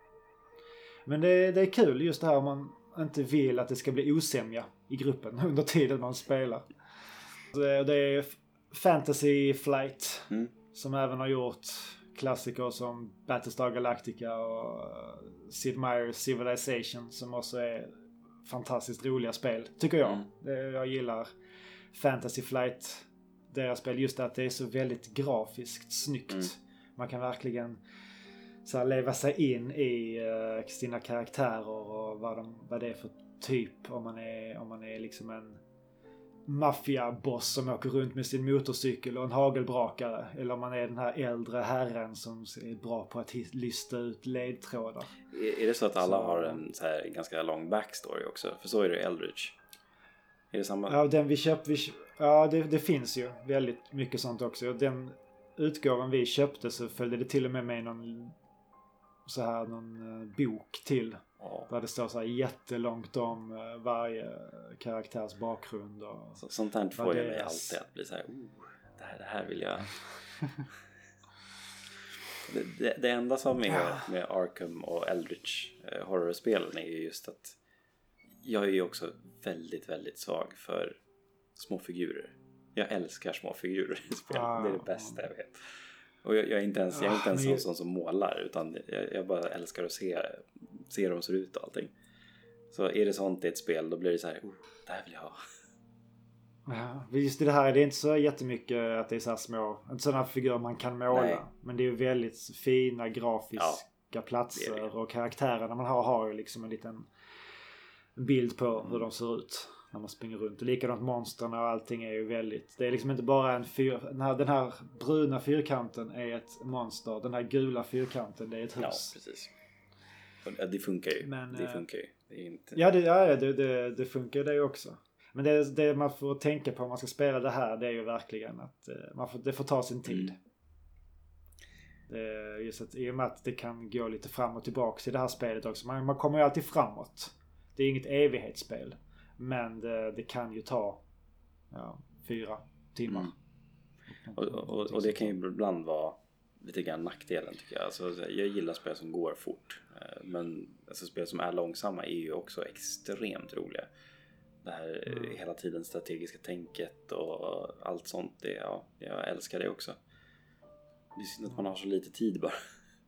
Men det är kul just det här om man inte vill att det ska bli osämja i gruppen under tiden man spelar. Det är Fantasy Flight som även har gjort klassiker som Battlestar Galactica och Sid Meier's Civilization, som också är fantastiskt roliga spel, tycker jag. Jag gillar Fantasy Flight, deras spel, just att det är så väldigt grafiskt snyggt. Man kan verkligen så här leva sig in i sina karaktärer och vad det är för typ, om man är liksom en maffiaboss som åker runt med sin motorcykel och en hagelbrakare, eller om man är den här äldre herren som är bra på att lista ut ledtrådar.
Är det så att alla har en så här ganska lång backstory också? För så är det Eldritch. Är det samma?
Ja, den vi köpte, det finns ju väldigt mycket sånt också. Den utgåvan vi köpte så följde det till och med någon bok till. Där det står så här jättelångt om varje karaktärs bakgrund. Och
sånt här får jag mig alltid att bli så här, det här vill jag. det enda som är med Arkham och Eldritch horrorspelen är ju just att jag är ju också väldigt, väldigt svag för små figurer. Jag älskar små figurer i spel. Det är det bästa jag vet. Och jag är inte ens en sån som målar, utan jag bara älskar att se hur de ser ut och allting. Så är det sånt i ett spel, då blir det så här, det här vill jag ha.
Ja, just det här, det är inte så jättemycket att det är så här små, inte sådana figurer man kan måla. Nej. Men det är ju väldigt fina grafiska olika platser och karaktärerna man har ju liksom en liten bild på hur de ser ut när man springer runt. Och likadant monsterna och allting är ju väldigt... Det är liksom inte bara den här bruna fyrkanten är ett monster. Den här gula fyrkanten, det är ett hus.
Ja, precis. Ja, det funkar ju. Det funkar ju. Det är inte...
Ja, det funkar det också. Men det man får tänka på om man ska spela det här, det är ju verkligen att det får ta sin tid. Just att, i och med att det kan gå lite fram och tillbaka i det här spelet också. Man kommer ju alltid framåt. Det är inget evighetsspel. Men det kan ju ta 4 timmar.
Och det kan ju ibland vara lite grann nackdelen, tycker jag. Alltså, jag gillar spel som går fort. Men alltså, spel som är långsamma är ju också extremt roliga. Det här hela tiden strategiska tänket och allt sånt. Jag älskar det också. Det är synd att man har så lite tid bara.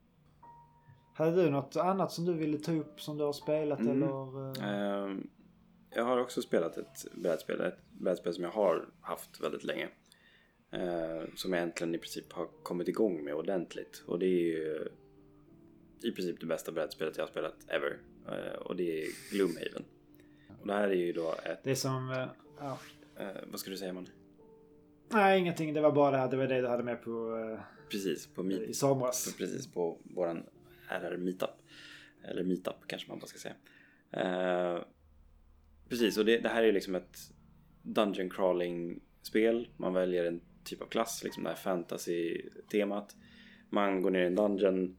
Hade du något annat som du ville ta upp som du har spelat eller?
Jag har också spelat ett brädspel som jag har haft väldigt länge. Som jag egentligen i princip har kommit igång med ordentligt. Och det är ju i princip det bästa brädspelet jag har spelat ever. Och det är Gloomhaven. Och det här är ju då ett...
Det är som...
vad ska du säga, man?
Nej, ingenting. Det var bara det här. Det var det du hade med på...
Precis,
i somras.
Precis, på våran RR Meetup. Eller Meetup kanske man bara ska säga. Precis, och det här är liksom ett dungeon crawling spel. Man väljer en typ av klass, liksom det här fantasy-temat. Man går ner i en dungeon,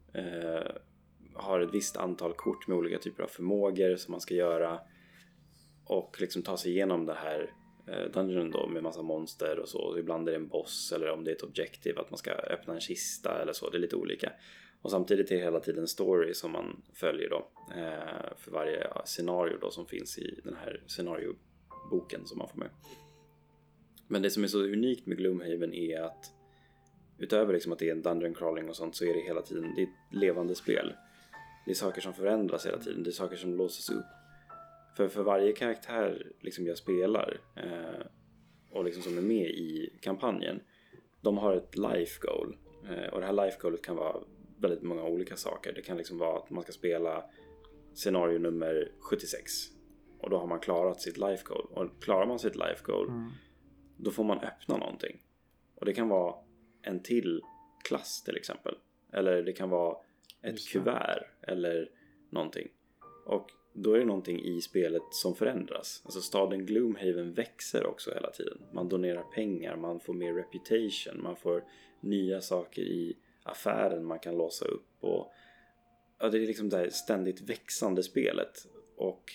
har ett visst antal kort med olika typer av förmågor som man ska göra. Och liksom ta sig igenom det här dungeon då med massa monster och så. Och ibland är det en boss, eller om det är ett objektiv att man ska öppna en kista eller så. Det är lite olika. Och samtidigt är det hela tiden story som man följer då. För varje scenario då som finns i den här scenarioboken som man får med. Men det som är så unikt med Gloomhaven är att utöver liksom att det är en dungeon crawling och sånt, så är det hela tiden, det är ett levande spel. Det är saker som förändras hela tiden. Det är saker som låses upp. För varje karaktär liksom jag spelar och liksom som är med i kampanjen, de har ett life goal. Och det här life goalet kan vara väldigt många olika saker. Det kan liksom vara att man ska spela scenario nummer 76. Och då har man klarat sitt life goal. Och klarar man sitt life goal, då får man öppna någonting. Och det kan vara en till klass till exempel. Eller det kan vara ett kuvert eller någonting. Och då är det någonting i spelet som förändras. Alltså staden Gloomhaven växer också hela tiden. Man donerar pengar, man får mer reputation, man får nya saker i affären man kan låsa upp. Och ja, det är liksom det här ständigt växande spelet. Och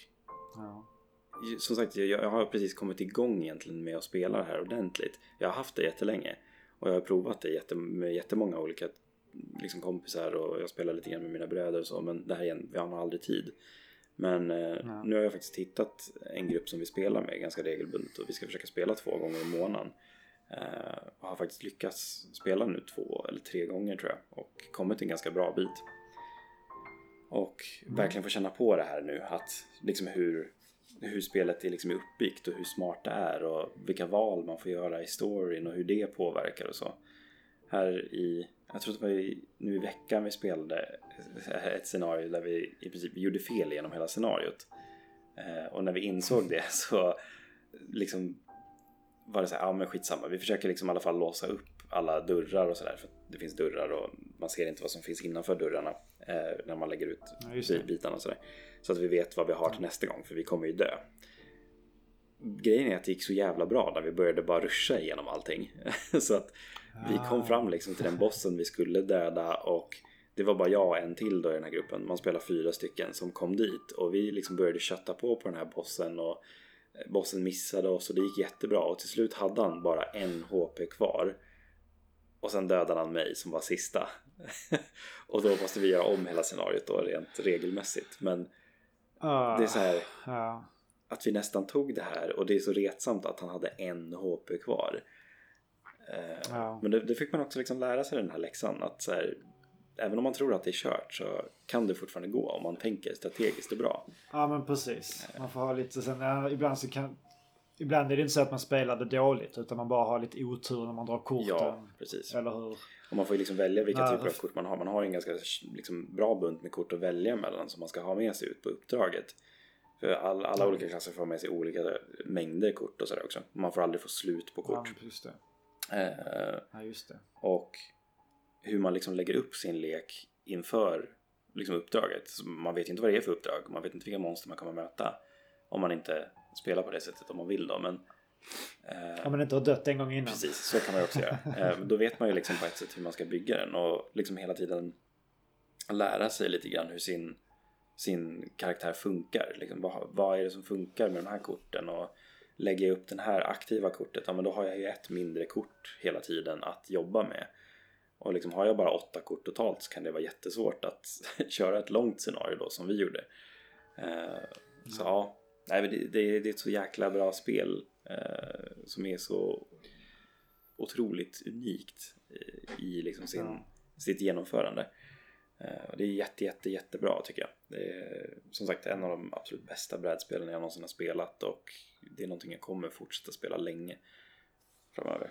som sagt, jag har precis kommit igång egentligen med att spela det här ordentligt. Jag har haft det jättelänge. Och jag har provat det med jättemånga olika liksom kompisar. Och jag spelar lite grann med mina bröder och så. Men det här igen, vi har aldrig tid. Men nu har jag faktiskt hittat en grupp som vi spelar med ganska regelbundet. Och vi ska försöka spela 2 gånger i månaden. Och har faktiskt lyckats spela nu 2 eller 3 gånger tror jag. Och kommit en ganska bra bit. Och verkligen få känna på det här nu. Att liksom hur spelet är liksom uppbyggt och hur smart det är. Och vilka val man får göra i storyn och hur det påverkar och så. Här jag tror att det var nu i veckan vi spelade ett scenario där vi i princip gjorde fel genom hela scenariot. Och när vi insåg det så liksom var det så här, men skitsamma. Vi försöker liksom i alla fall låsa upp alla dörrar och sådär. För att det finns dörrar och man ser inte vad som finns innanför dörrarna när man lägger ut bitarna och sådär. Så att vi vet vad vi har till nästa gång, för vi kommer ju dö. Grejen är att det gick så jävla bra när vi började bara ruscha igenom allting. Så att vi kom fram liksom till den bossen vi skulle döda, och det var bara jag och en till då i den här gruppen. Man spelar 4 stycken som kom dit, och vi liksom började kötta på den här bossen, och bossen missade oss och det gick jättebra. Och till slut hade han bara 1 HP kvar. Och sen dödade han mig som var sista. Och då måste vi göra om hela scenariot då rent regelmässigt. Men det är så här att vi nästan tog det här, och det är så retsamt att han hade 1 HP kvar. Men det fick man också liksom lära sig den här läxan, att så här, även om man tror att det är kört så kan det fortfarande gå om man tänker strategiskt och bra.
Ja, men precis. Man får ha lite sen, ibland så kan ibland är det inte så att man spelar det dåligt, utan man bara har lite otur när man drar korten.
Ja, precis.
Eller hur?
Och man får ju liksom välja vilka typer av kort man har. Man har en ganska liksom bra bunt med kort att välja mellan som man ska ha med sig ut på uppdraget. För alla olika klasser får med sig olika mängder kort och sådär också. Man får aldrig få slut på kort.
Ja, just det. Just det.
Och hur man liksom lägger upp sin lek inför liksom uppdraget. Så man vet ju inte vad det är för uppdrag. Man vet inte vilka monster man kommer möta. Om man inte spelar på det sättet om man vill då. Men
om man inte har dött en gång innan.
Precis, så kan man ju också göra. Då vet man ju liksom på ett sätt hur man ska bygga den. Och liksom hela tiden lära sig lite grann hur sin karaktär funkar. Liksom, vad är det som funkar med de här korten? Och lägger jag upp den här aktiva kortet, ja, men då har jag ju ett mindre kort hela tiden att jobba med. Och liksom, har jag bara 8 kort totalt så kan det vara jättesvårt att köra ett långt scenario då som vi gjorde. Så ja, nej, det är ett så jäkla bra spel som är så otroligt unikt i liksom sitt genomförande. Det är jättebra tycker jag. Det är som sagt en av de absolut bästa brädspelen jag någonsin har spelat, och det är någonting jag kommer fortsätta spela länge framöver.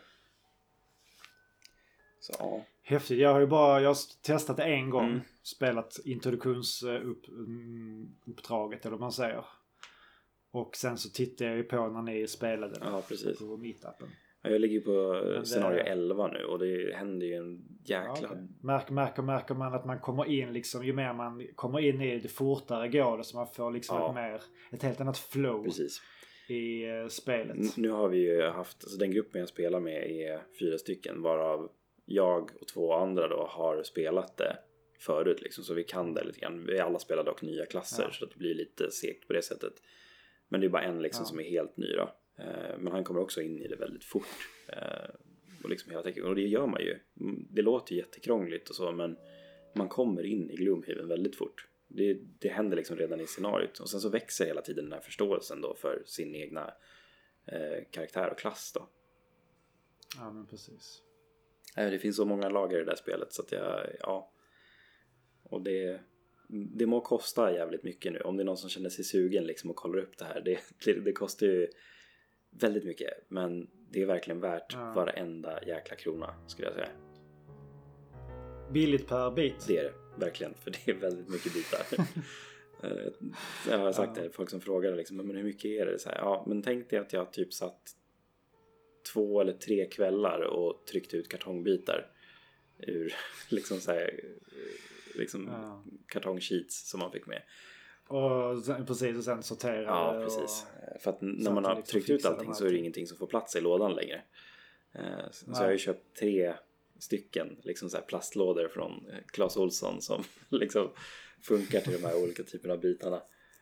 Så ja.
Häftigt. Jag har testat det en gång. Spelat introduktionsuppdraget eller vad man säger. Och sen så tittade jag ju på när ni spelade på meetupen.
Jag ligger på scenario 11 nu, och det händer ju en jäkla...
Märker man att man kommer in liksom, ju mer man kommer in i det fortare går det, så man får liksom ett helt annat flow i spelet.
Nu har vi ju haft, alltså den gruppen jag spelar med är 4 stycken, varav jag och 2 andra då har spelat det förut liksom, så vi kan det lite grann. Vi alla spelar dock nya klasser så att det blir lite segt på det sättet. Men det är bara en liksom som är helt ny då. Men han kommer också in i det väldigt fort. Och liksom hela tiden. Och det gör man ju. Det låter ju jättekrångligt och så, men man kommer in i Gloomhaven väldigt fort. Det händer liksom redan i scenariot. Och sen så växer hela tiden den här förståelsen då för sin egna karaktär och klass då.
Ja, men precis.
Det finns så många lager i det där spelet så att och det må kosta jävligt mycket nu. Om det är någon som känner sig sugen liksom och kollar upp det här. Det kostar ju väldigt mycket. Men det är verkligen värt varenda jäkla krona, skulle jag säga.
Billigt per bit.
Det är det, verkligen. För det är väldigt mycket bitar. Jag har sagt det, folk som frågar liksom, men hur mycket är det? Så här, men tänk dig att jag typ satt 2 eller 3 kvällar och tryckte ut kartongbitar ur liksom så här, liksom kartongsheets som man fick med.
Och precis, och sen sortera.
Ja, precis. För att när man har tryckt ut allting så är det ingenting som får plats i lådan längre. Så jag har ju köpt 3 stycken liksom så här plastlådor från Clas Ohlson som liksom funkar till de här olika typerna av bitarna.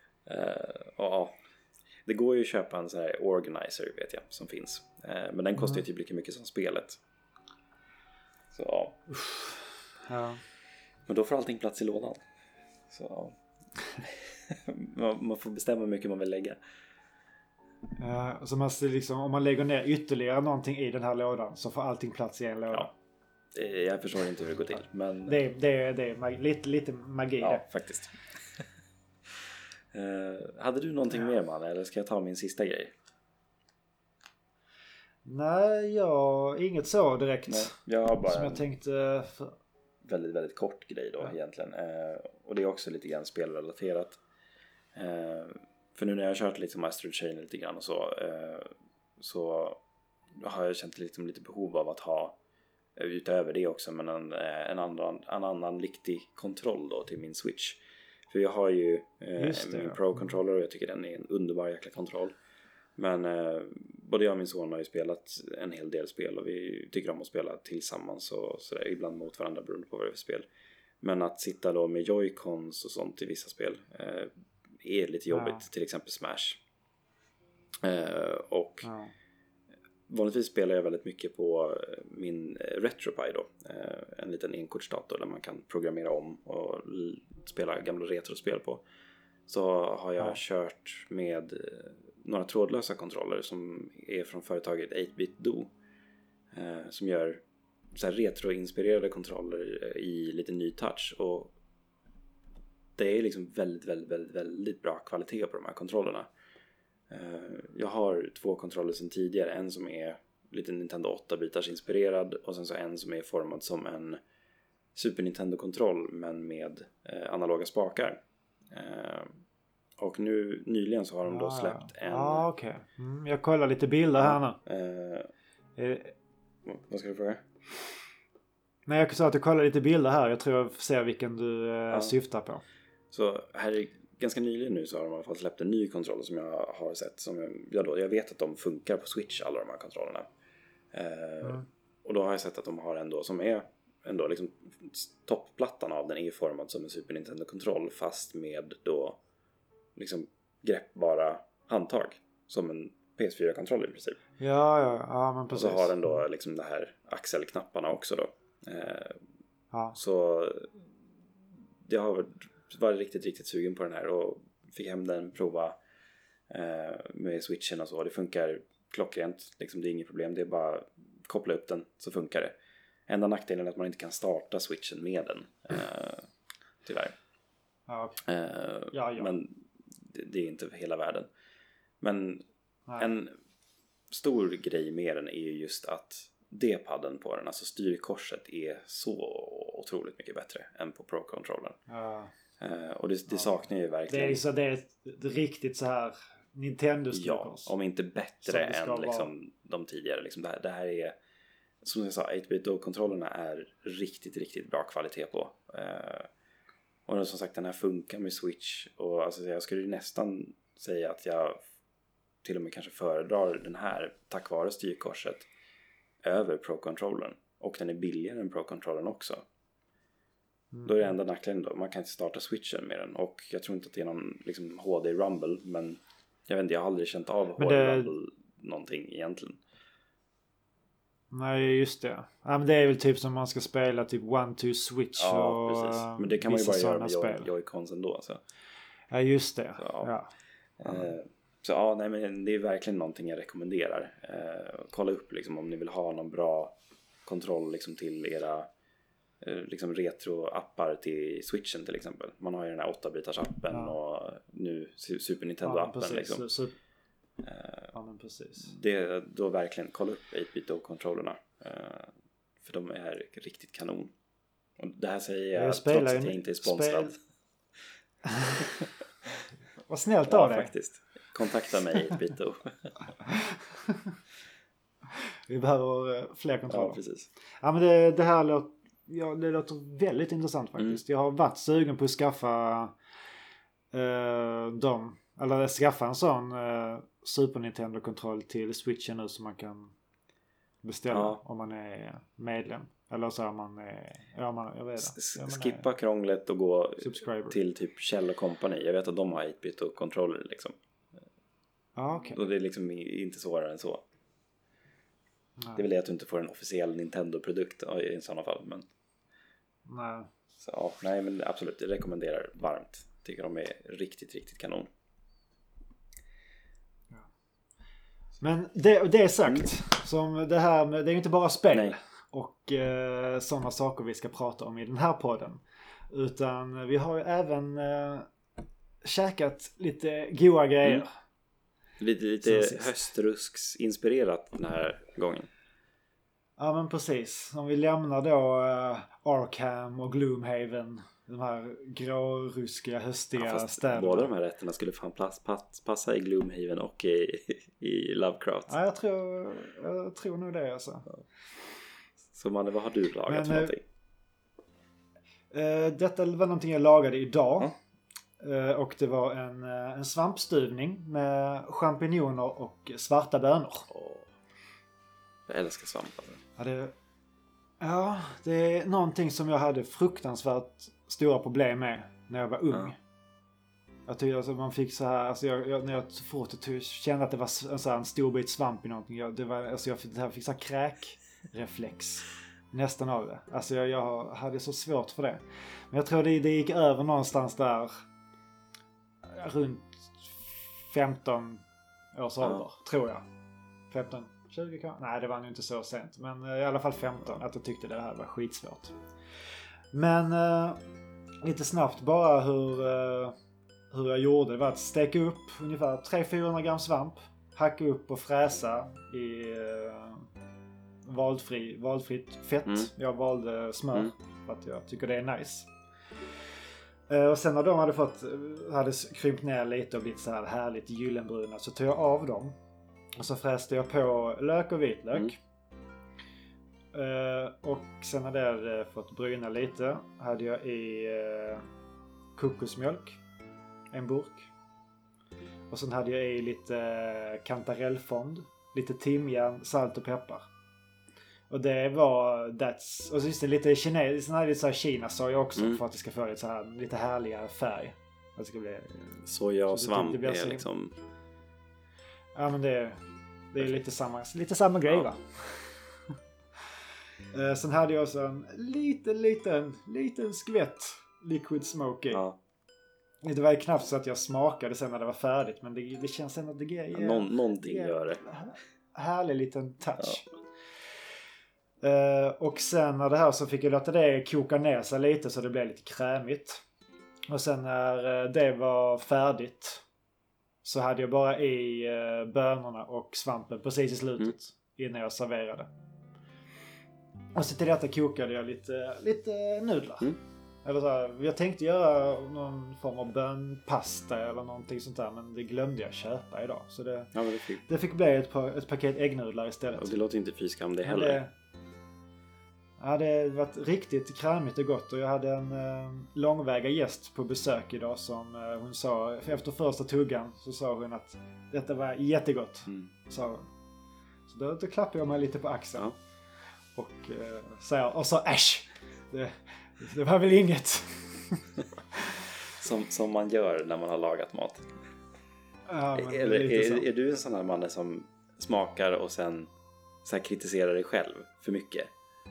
Det går ju att köpa en så här organizer, vet jag, som finns. Men den kostar ju typ lika mycket som spelet. Så ja. Men då får allting plats i lådan. Så man får bestämma hur mycket man vill lägga.
Så man liksom, om man lägger ner ytterligare någonting i den här lådan så får allting plats i en låda.
Ja. Jag förstår inte hur det går till. Men...
Det är lite magi.
Ja, faktiskt. Hade du någonting mer, man? Eller ska jag ta min sista grej?
Nej, inget så direkt.
Nej, jag har bara
som jag tänkte
väldigt, väldigt kort grej då egentligen. Och det är också lite grann spelrelaterat. För nu när jag har kört liksom Astral Chain lite grann och så har jag känt liksom lite behov av att ha utöver det också, men en annan riktig kontroll då till min Switch. För jag har ju min Pro-controller och jag tycker den är en underbar jäkla kontroll. Men både jag och min son har ju spelat en hel del spel och vi tycker om att spela tillsammans och sådär, ibland mot varandra beroende på vad det är för spel. Men att sitta då med Joy-Cons och sånt i vissa spel är lite jobbigt, till exempel Smash. Vanligtvis spelar jag väldigt mycket på min RetroPie då, en liten enkortsdator där man kan programmera om och spela gamla retrospel på. Så har jag kört med några trådlösa kontroller som är från företaget 8-Bit Do, som gör så här retroinspirerade kontroller i lite ny touch, och det är liksom väldigt, väldigt, väldigt, väldigt bra kvalitet på de här kontrollerna. Jag har 2 kontroller sedan tidigare. En som är lite Nintendo 8-bitars inspirerad och sen så en som är formad som en Super Nintendo-kontroll men med analoga spakar. Och nu nyligen så har de då släppt en...
okej. Jag kollar lite bilder här nu.
Vad ska du fråga?
Nej, jag sa att jag kollar lite bilder här. Jag tror jag ser vilken du syftar på.
Så här ganska nyligen nu så har de i alla fall släppt en ny kontroll som jag har sett. Som jag vet att de funkar på Switch, alla de här kontrollerna. Och då har jag sett att de har en då som är ändå liksom toppplattan av den är formad som en Super Nintendo-kontroll fast med då liksom greppbara handtag som en PS4-kontroll i princip.
Ja, men precis.
Och så har den då liksom det här axelknapparna också då. Så jag har varit riktigt, riktigt sugen på den här och fick hem den, prova med Switchen och så. Det funkar klockrent, liksom, det är inget problem. Det är bara koppla upp den så funkar det. Enda nackdelen är att man inte kan starta Switchen med den. Tyvärr. Men det är inte hela världen. Men en stor grej med den är ju just att D-padden på den, alltså styrkorset, är så otroligt mycket bättre än på Pro-controllern. Och det saknar jag ju verkligen.
Det är ett riktigt så här Nintendo-styrkors.
Ja, om inte bättre än liksom de tidigare. Liksom det här är, som jag sa, 8-bit-kontrollerna är riktigt, riktigt bra kvalitet på. Och som sagt, den här funkar med Switch. Och alltså, jag skulle ju nästan säga att jag till och med kanske föredrar den här tack vare styrkorset över Pro-controllern. Och den är billigare än Pro-controllern också. Då är det enda nackdelen då. Man kan inte starta Switchen med den. Och jag tror inte att det är någon liksom, HD Rumble. Men jag vet inte, jag har aldrig känt av HD Rumble någonting egentligen.
Nej, just det. Ja, men det är väl typ som man ska spela typ 1-2 Switch.
Ja, precis. Men det kan man ju bara göra med Joy-Cons ändå. Så.
Ja, just det.
Så nej, men det är verkligen någonting jag rekommenderar. Kolla upp liksom, om ni vill ha någon bra kontroll liksom, till era liksom, retro-appar till Switchen till exempel. Man har ju den här 8-bitars appen och nu Super Nintendo-appen. Liksom.
Men precis.
Det, då verkligen kolla upp 8-bit-kontrollerna. För de är riktigt kanon. Och det här säger jag trots att jag inte är sponsrad.
Vad snällt av dig.
Faktiskt. Kontakta mig 8-bit.
Vi behöver fler kontroller.
Ja, precis.
Ja, men det här det låter väldigt intressant faktiskt. Jag har varit sugen på att skaffa skaffa en sån Super Nintendo-kontroll till Switchen nu som man kan beställa om man är medlem. Eller så är man jag vet inte.
Skippa krånglet och gå till typ Kjell & Company. Jag vet att de har 8-bit och kontroller liksom.
Okay.
Och det är liksom inte svårare än så. Nej. Det är väl det att du inte får en officiell Nintendo-produkt i sådana fall. Men...
Nej.
Så, nej, men absolut, jag rekommenderar varmt. Tycker de är riktigt, riktigt kanon.
Ja. Men det är sagt. Som det här med, det är ju inte bara spel och sådana saker vi ska prata om i den här podden. Utan vi har ju även käkat lite goda grejer.
Lite höstrusks-inspirerat den här gången.
Ja, men precis. Om vi lämnar då Arkham och Gloomhaven, de här gråruskiga, höstiga städerna.
Båda de här rätterna skulle fan passa i Gloomhaven och i Lovecraft.
Ja, jag tror nog det alltså.
Så vad har du lagat för någonting?
Detta var någonting jag lagade idag. Och det var en svampstuvning med champinjoner och svarta bönor.
Jag älskar svamp alltså.
Det är någonting som jag hade fruktansvärt stora problem med när jag var ung. Jag tyckte alltså man fick så här, alltså när jag så fort jag kände att det var en stor bit svamp i någonting, jag fick så här kräkreflex nästan av det. Alltså jag hade så svårt för det. Men jag tror det gick över någonstans där runt 15 års ålder, tror jag. 15, 20 kanske? Nej, det var nog inte så sent. Men i alla fall 15. Att jag tyckte det här var skitsvårt. Men lite snabbt bara hur jag gjorde var att steka upp ungefär 300-400 gram svamp. Hacka upp och fräsa i valfritt fett. Jag valde smör för att jag tycker det är nice. Och sen när de hade krympt ner lite och blivit så här härligt gyllenbruna så tog jag av dem. Och så fräste jag på lök och vitlök. Och sen när det hade fått bryna lite hade jag i kokosmjölk. En burk. Och sen hade jag i lite kantarellfond. Lite timjan, salt och peppar. Och det var och så just det lite sen hade jag lite Kina-soja också för att det ska få lite härliga färg. Att det ska bli
soja och svamp är liksom.
Ja, men det är lite samma grej, va. Sen hade jag också en liten skvätt liquid smoke i. Ja. Det var ju knappt så att jag smakade sen när det var färdigt, men det känns ändå att det ger
någonting gör det.
Härlig liten touch. Och sen när det här så fick jag låta det koka ner sig lite så det blev lite krämigt. Och sen när det var färdigt så hade jag bara i bönorna och svampen precis i slutet innan jag serverade. Och så till detta kokade jag lite nudlar. Eller så här, jag tänkte göra någon form av bönpasta eller någonting sånt där, men det glömde jag köpa idag. Så det fick bli ett paket äggnudlar istället.
Och det låter inte fyskam det heller.
Det hade varit riktigt krämigt och gott och jag hade en långväga gäst på besök idag som hon sa, efter första tuggan så sa hon att detta var jättegott. Så då klappade jag mig lite på axeln. Ja. Och sa äsch, det var väl inget.
som man gör när man har lagat mat.
Ja,
är du en sån här man som smakar och sen så här kritiserar dig själv för mycket?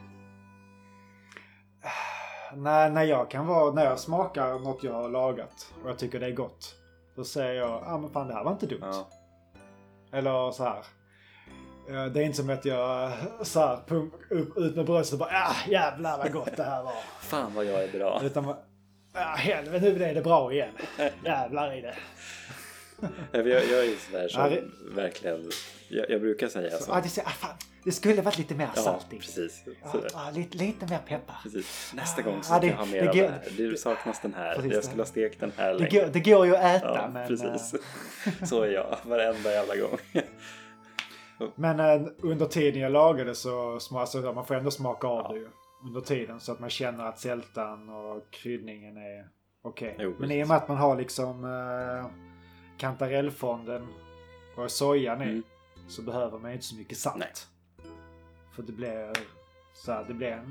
Nej, när jag smakar något jag har lagat och jag tycker det är gott, då säger jag, men fan, det här var inte dumt. Ja. Eller så här. Det är inte som att jag så här ut med bröstet och bara, jävlar vad gott det här var.
Fan vad jag är bra.
Utan helvete, nu är det bra igen. Jävlar i det.
Jag är ju sådär som verkligen, jag brukar säga så.
Det skulle varit lite mer salt i.
Ja, precis.
Lite mer peppar.
Precis. Nästa gång så ska jag ha mer av det här. Det saknas den här. Jag skulle ha stekt den här länge.
Det går ju att äta.
Ja, men precis. Så är jag varenda jävla gång.
Men under tiden jag lagade så man får ändå smaka av det ju. Under tiden så att man känner att sältan och kryddningen är okej. Men i och med att man har liksom kantarellfonden och sojan i så behöver man inte så mycket salt. Nej. För det blir så här, det blir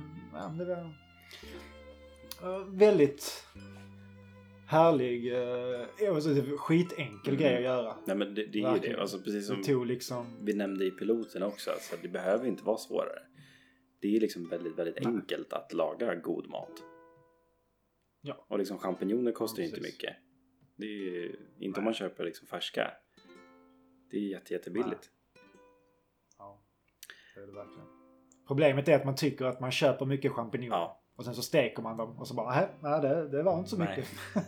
väldigt härlig skitenkel grej att göra.
Nej, men det är ju det. Alltså, precis som vi nämnde i piloten också. Alltså, det behöver inte vara svårare. Det är liksom väldigt, väldigt enkelt att laga god mat.
Ja.
Och liksom champinjoner kostar ju inte mycket. Det är ju inte om man köper liksom färska. Det är jättebilligt.
Ja, det är det verkligen. Problemet är att man tycker att man köper mycket champinjoner. Ja. Och sen så steker man dem och så bara, nej det var inte så mycket.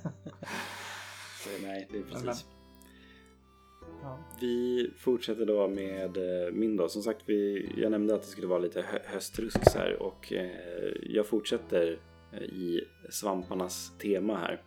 Nej, det är precis. Ja. Vi fortsätter då med min då. Som sagt, jag nämnde att det skulle vara lite höstrusk här. Och jag fortsätter i svamparnas tema här.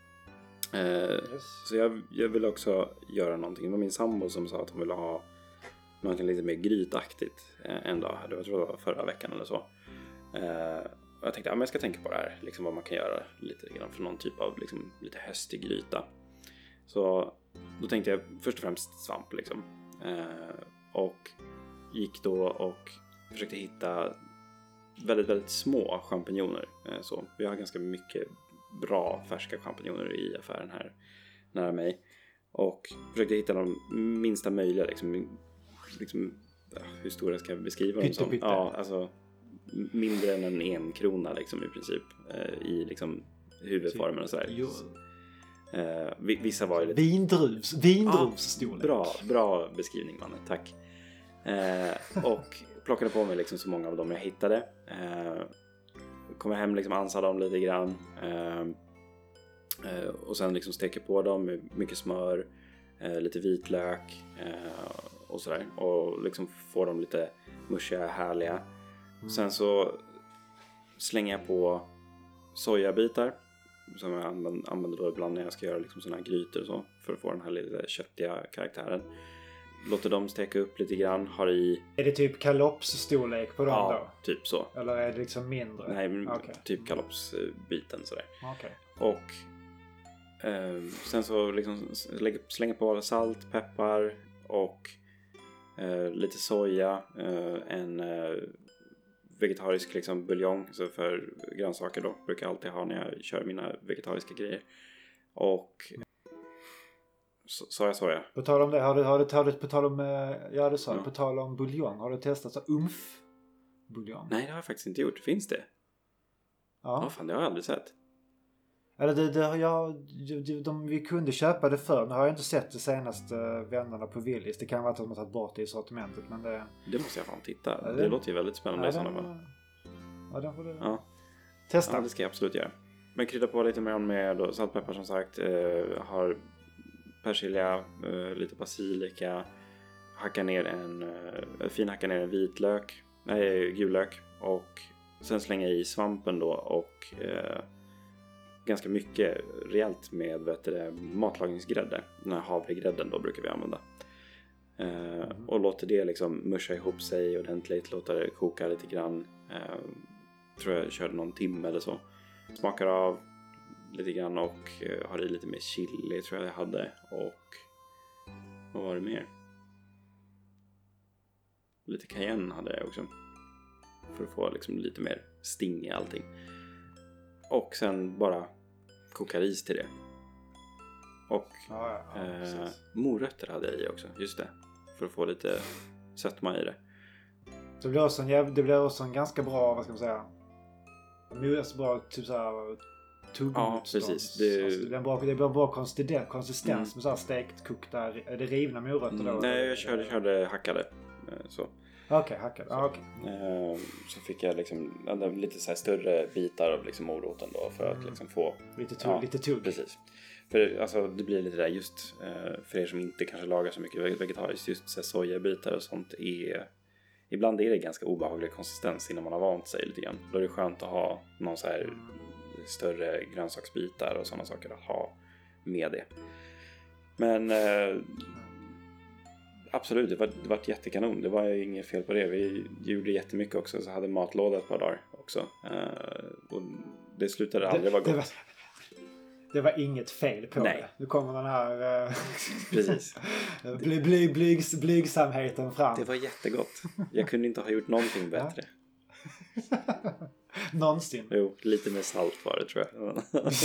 Så jag vill också göra någonting. Det var min sambo som sa att hon ville ha någonting lite mer grytaktigt en dag. Jag tror det var förra veckan eller så. Och jag tänkte, jag ska tänka på det här. Liksom vad man kan göra lite grann för någon typ av liksom, lite höstig gryta. Så då tänkte jag först och främst svamp liksom. Och gick då och försökte hitta väldigt, väldigt små champinjoner. Så vi har ganska mycket bra färska champinjoner i affären här nära mig. Och försökte hitta de minsta möjliga liksom hur stora ska jag beskriva dem som? Ja, alltså mindre än en krona liksom i princip i liksom huvudformen och sådär. Vissa var ju lite
vindruvsstorlek.
Bra beskrivning, mannen. Tack. Och plockade på mig liksom så många av dem jag hittade. Kom hem liksom, ansade dem lite grann. Och sen liksom steker på dem med mycket smör, lite vitlök och sådär. Och liksom får dem lite mushiga, härliga. Sen så slänger jag på sojabitar som jag använder då ibland när jag ska göra liksom såna här grytor och så, för att få den här lite köttiga karaktären. Låter dem steka upp lite grann, har i...
Är det typ kalopsstorlek på dem då?
Ja, typ så.
Eller är det liksom mindre?
Nej, typ kalopsbiten sådär.
Okay.
Och sen så liksom slänga på salt, peppar och lite soja, en vegetarisk liksom buljong, så för grönsaker då brukar jag alltid ha när jag kör mina vegetariska grejer. Och soja.
På tal om det, har du på tal om på tal om buljong, har du testat så buljong?
Nej, det har jag faktiskt inte gjort. Finns det? Ja. Fan, det har jag aldrig sett.
Eller vi kunde köpa det förr. Nu har jag inte sett det senaste vännerna på Willys. Det kan vara att de har tagit bort det i sortimentet, men det
måste jag fan titta. Det låter ju väldigt spännande i sådana fall.
Ja, den får du
testa. Ja, det ska jag absolut göra. Men krydda på lite mer med saltpeppar som sagt. Har persilja, lite basilika. Hacka ner en vitlök. Nej, gulök. Och sen slänga i svampen då och ganska mycket rejält med matlagningsgrädde. Den här havregrädden då brukar vi använda. Och låter det liksom musha ihop sig ordentligt. Låter det koka lite grann. Tror jag körde någon timme eller så. Smakar av lite grann och har i lite mer chili tror jag hade. Och vad var det mer? Lite cayenne hade jag också. För att få liksom lite mer sting i allting. Och sen bara koka ris till det. Och morötter hade jag i också. Just det. För att få lite sötma i det.
Det blir också en ganska bra, vad ska man säga, bra typ såhär tuggmotstånd.
Ja, precis.
Det blir en bra konsistens med såhär stekt, kokta. Är det rivna morötter då?
Nej, jag körde hackade. Så.
Okej, hackade.
Så fick jag liksom lite så här större bitar av liksom moroten då för att liksom få
lite tugg.
Precis. För alltså det blir lite där just för er som inte kanske lagar så mycket vegetariskt, just så här sojabitar och sånt ibland är det ganska obehaglig konsistens innan man har vant sig lite grann. Då är det skönt att ha någon så här större grönsaksbitar och sådana saker att ha med det. Men absolut, det var jättekanon. Det var inget fel på det. Vi gjorde jättemycket också, så hade matlåda ett par dagar också. Och det slutade aldrig vara gott.
Det var inget fel på
Nej.
det. Nu kommer den här
precis.
blygsamheten fram.
Det var jättegott. Jag kunde inte ha gjort någonting bättre.
Någonsin.
Jo, lite mer salt var det tror jag.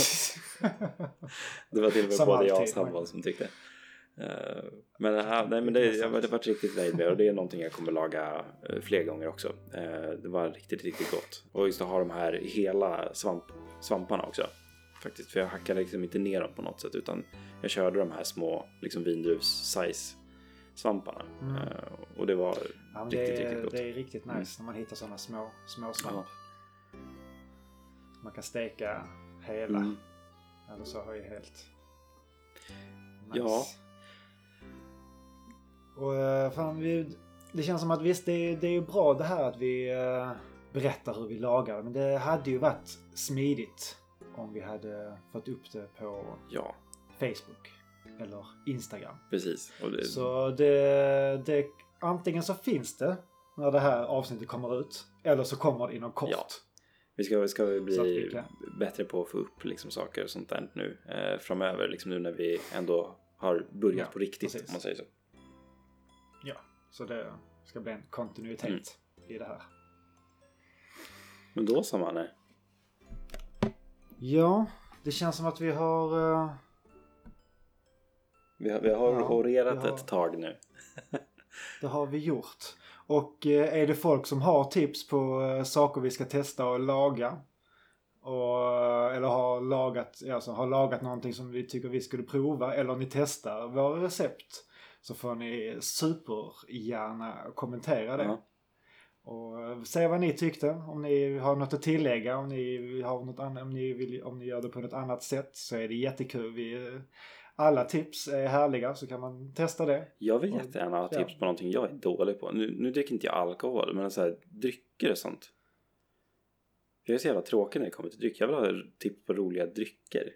Det var till och med både jag och Sambal som tyckte. Men jag har varit riktigt nöjd med, och det är någonting jag kommer laga fler gånger också. Det var riktigt, riktigt gott. Och just att ha de här hela svamparna också. Faktiskt, för jag hackade liksom inte ner dem på något sätt, utan jag körde de här små liksom vindruvs-size svamparna. Och det var riktigt gott.
Det är riktigt nice när man hittar sådana små svamp. Man kan steka hela. Eller så har jag helt nice.
Ja.
Och det känns som att visst, det är ju bra det här att vi berättar hur vi lagar. Men det hade ju varit smidigt om vi hade fått upp det på Facebook eller Instagram.
Precis.
Så det antingen så finns det när det här avsnittet kommer ut, eller så kommer det inom kort.
Ja. Vi ska bli bättre på att få upp liksom saker och sånt där nu framöver, liksom nu när vi ändå har börjat på riktigt, om man säger så.
Ja, så det ska bli en kontinuitet i det här.
Men då sa man det.
Ja, det känns som att vi har...
Vi har orerat ett tag nu.
Det har vi gjort. Och är det folk som har tips på saker vi ska testa och laga, eller har lagat någonting som vi tycker vi skulle prova, eller ni testar våra recept, så får ni supergärna kommentera det. Och säg vad ni tyckte. Om ni har något att tillägga. Om ni har något annat, om ni gör det på något annat sätt. Så är det jättekul. Alla tips är härliga. Så kan man testa det.
Jag vill jättegärna ha tips på någonting jag är dålig på. Nu dricker inte jag alkohol. Men så här, drycker och sånt. Jag är så jävla tråkig när det kommer till dryck. Jag vill ha tips på roliga drycker.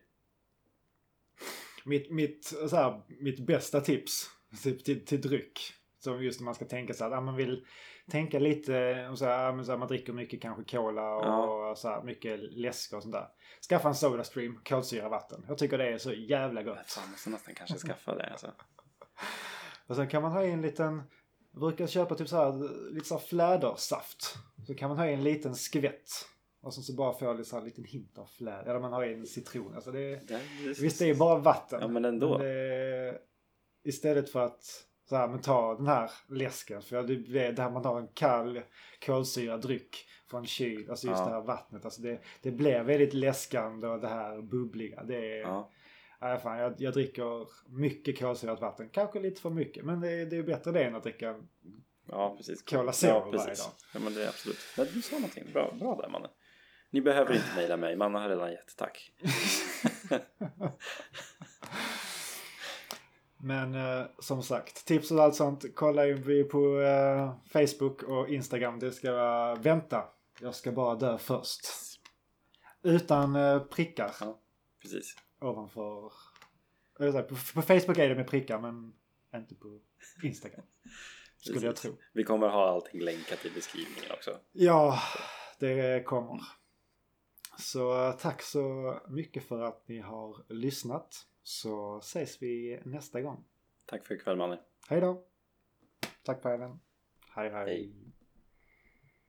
Mitt bästa tips till dryck. Som just när man ska tänka så att man vill tänka lite så här, man dricker mycket kanske cola och så här, mycket läsk och sånt där. Skaffa en SodaStream, kolsyra vatten. Jag tycker det är så jävla gott.
Fan, måste nästan kanske skaffa det alltså.
Och sen kan man ha i en liten, jag brukar köpa typ så här lite så här flädersaft. Så kan man ha i en liten skvätt. Och så bara får jag en liten hint av fläder. Eller man har i en citron. Alltså visst det är bara vatten.
Ja men ändå.
Men istället för att så här, men ta den här läsken. För det här man har en kall kolsyrad dryck från kyl. Alltså just det här vattnet. Alltså det blir väldigt läskande och det här bubbliga. Det är... Ja, fan, jag dricker mycket kolsyrat vatten. Kanske lite för mycket. Men det är bättre det än att dricka Cola Zero varje dag.
Ja men det är absolut. Men du sa någonting bra där mannen. Ni behöver inte mejla mig. Man har redan gett tack.
Men som sagt, tips och allt sånt kolla in på Facebook och Instagram. Det ska vänta. Jag ska bara dö först. Utan prickar.
Ja, precis.
Ovanför. På Facebook är det med prickar men inte på Instagram. Skulle jag tro.
Vi kommer ha allting länkat i beskrivningen också.
Ja, det kommer. Så tack så mycket för att ni har lyssnat. Så ses vi nästa gång.
Tack för ikväll, Manny.
Hej då. Tack på även. Hej.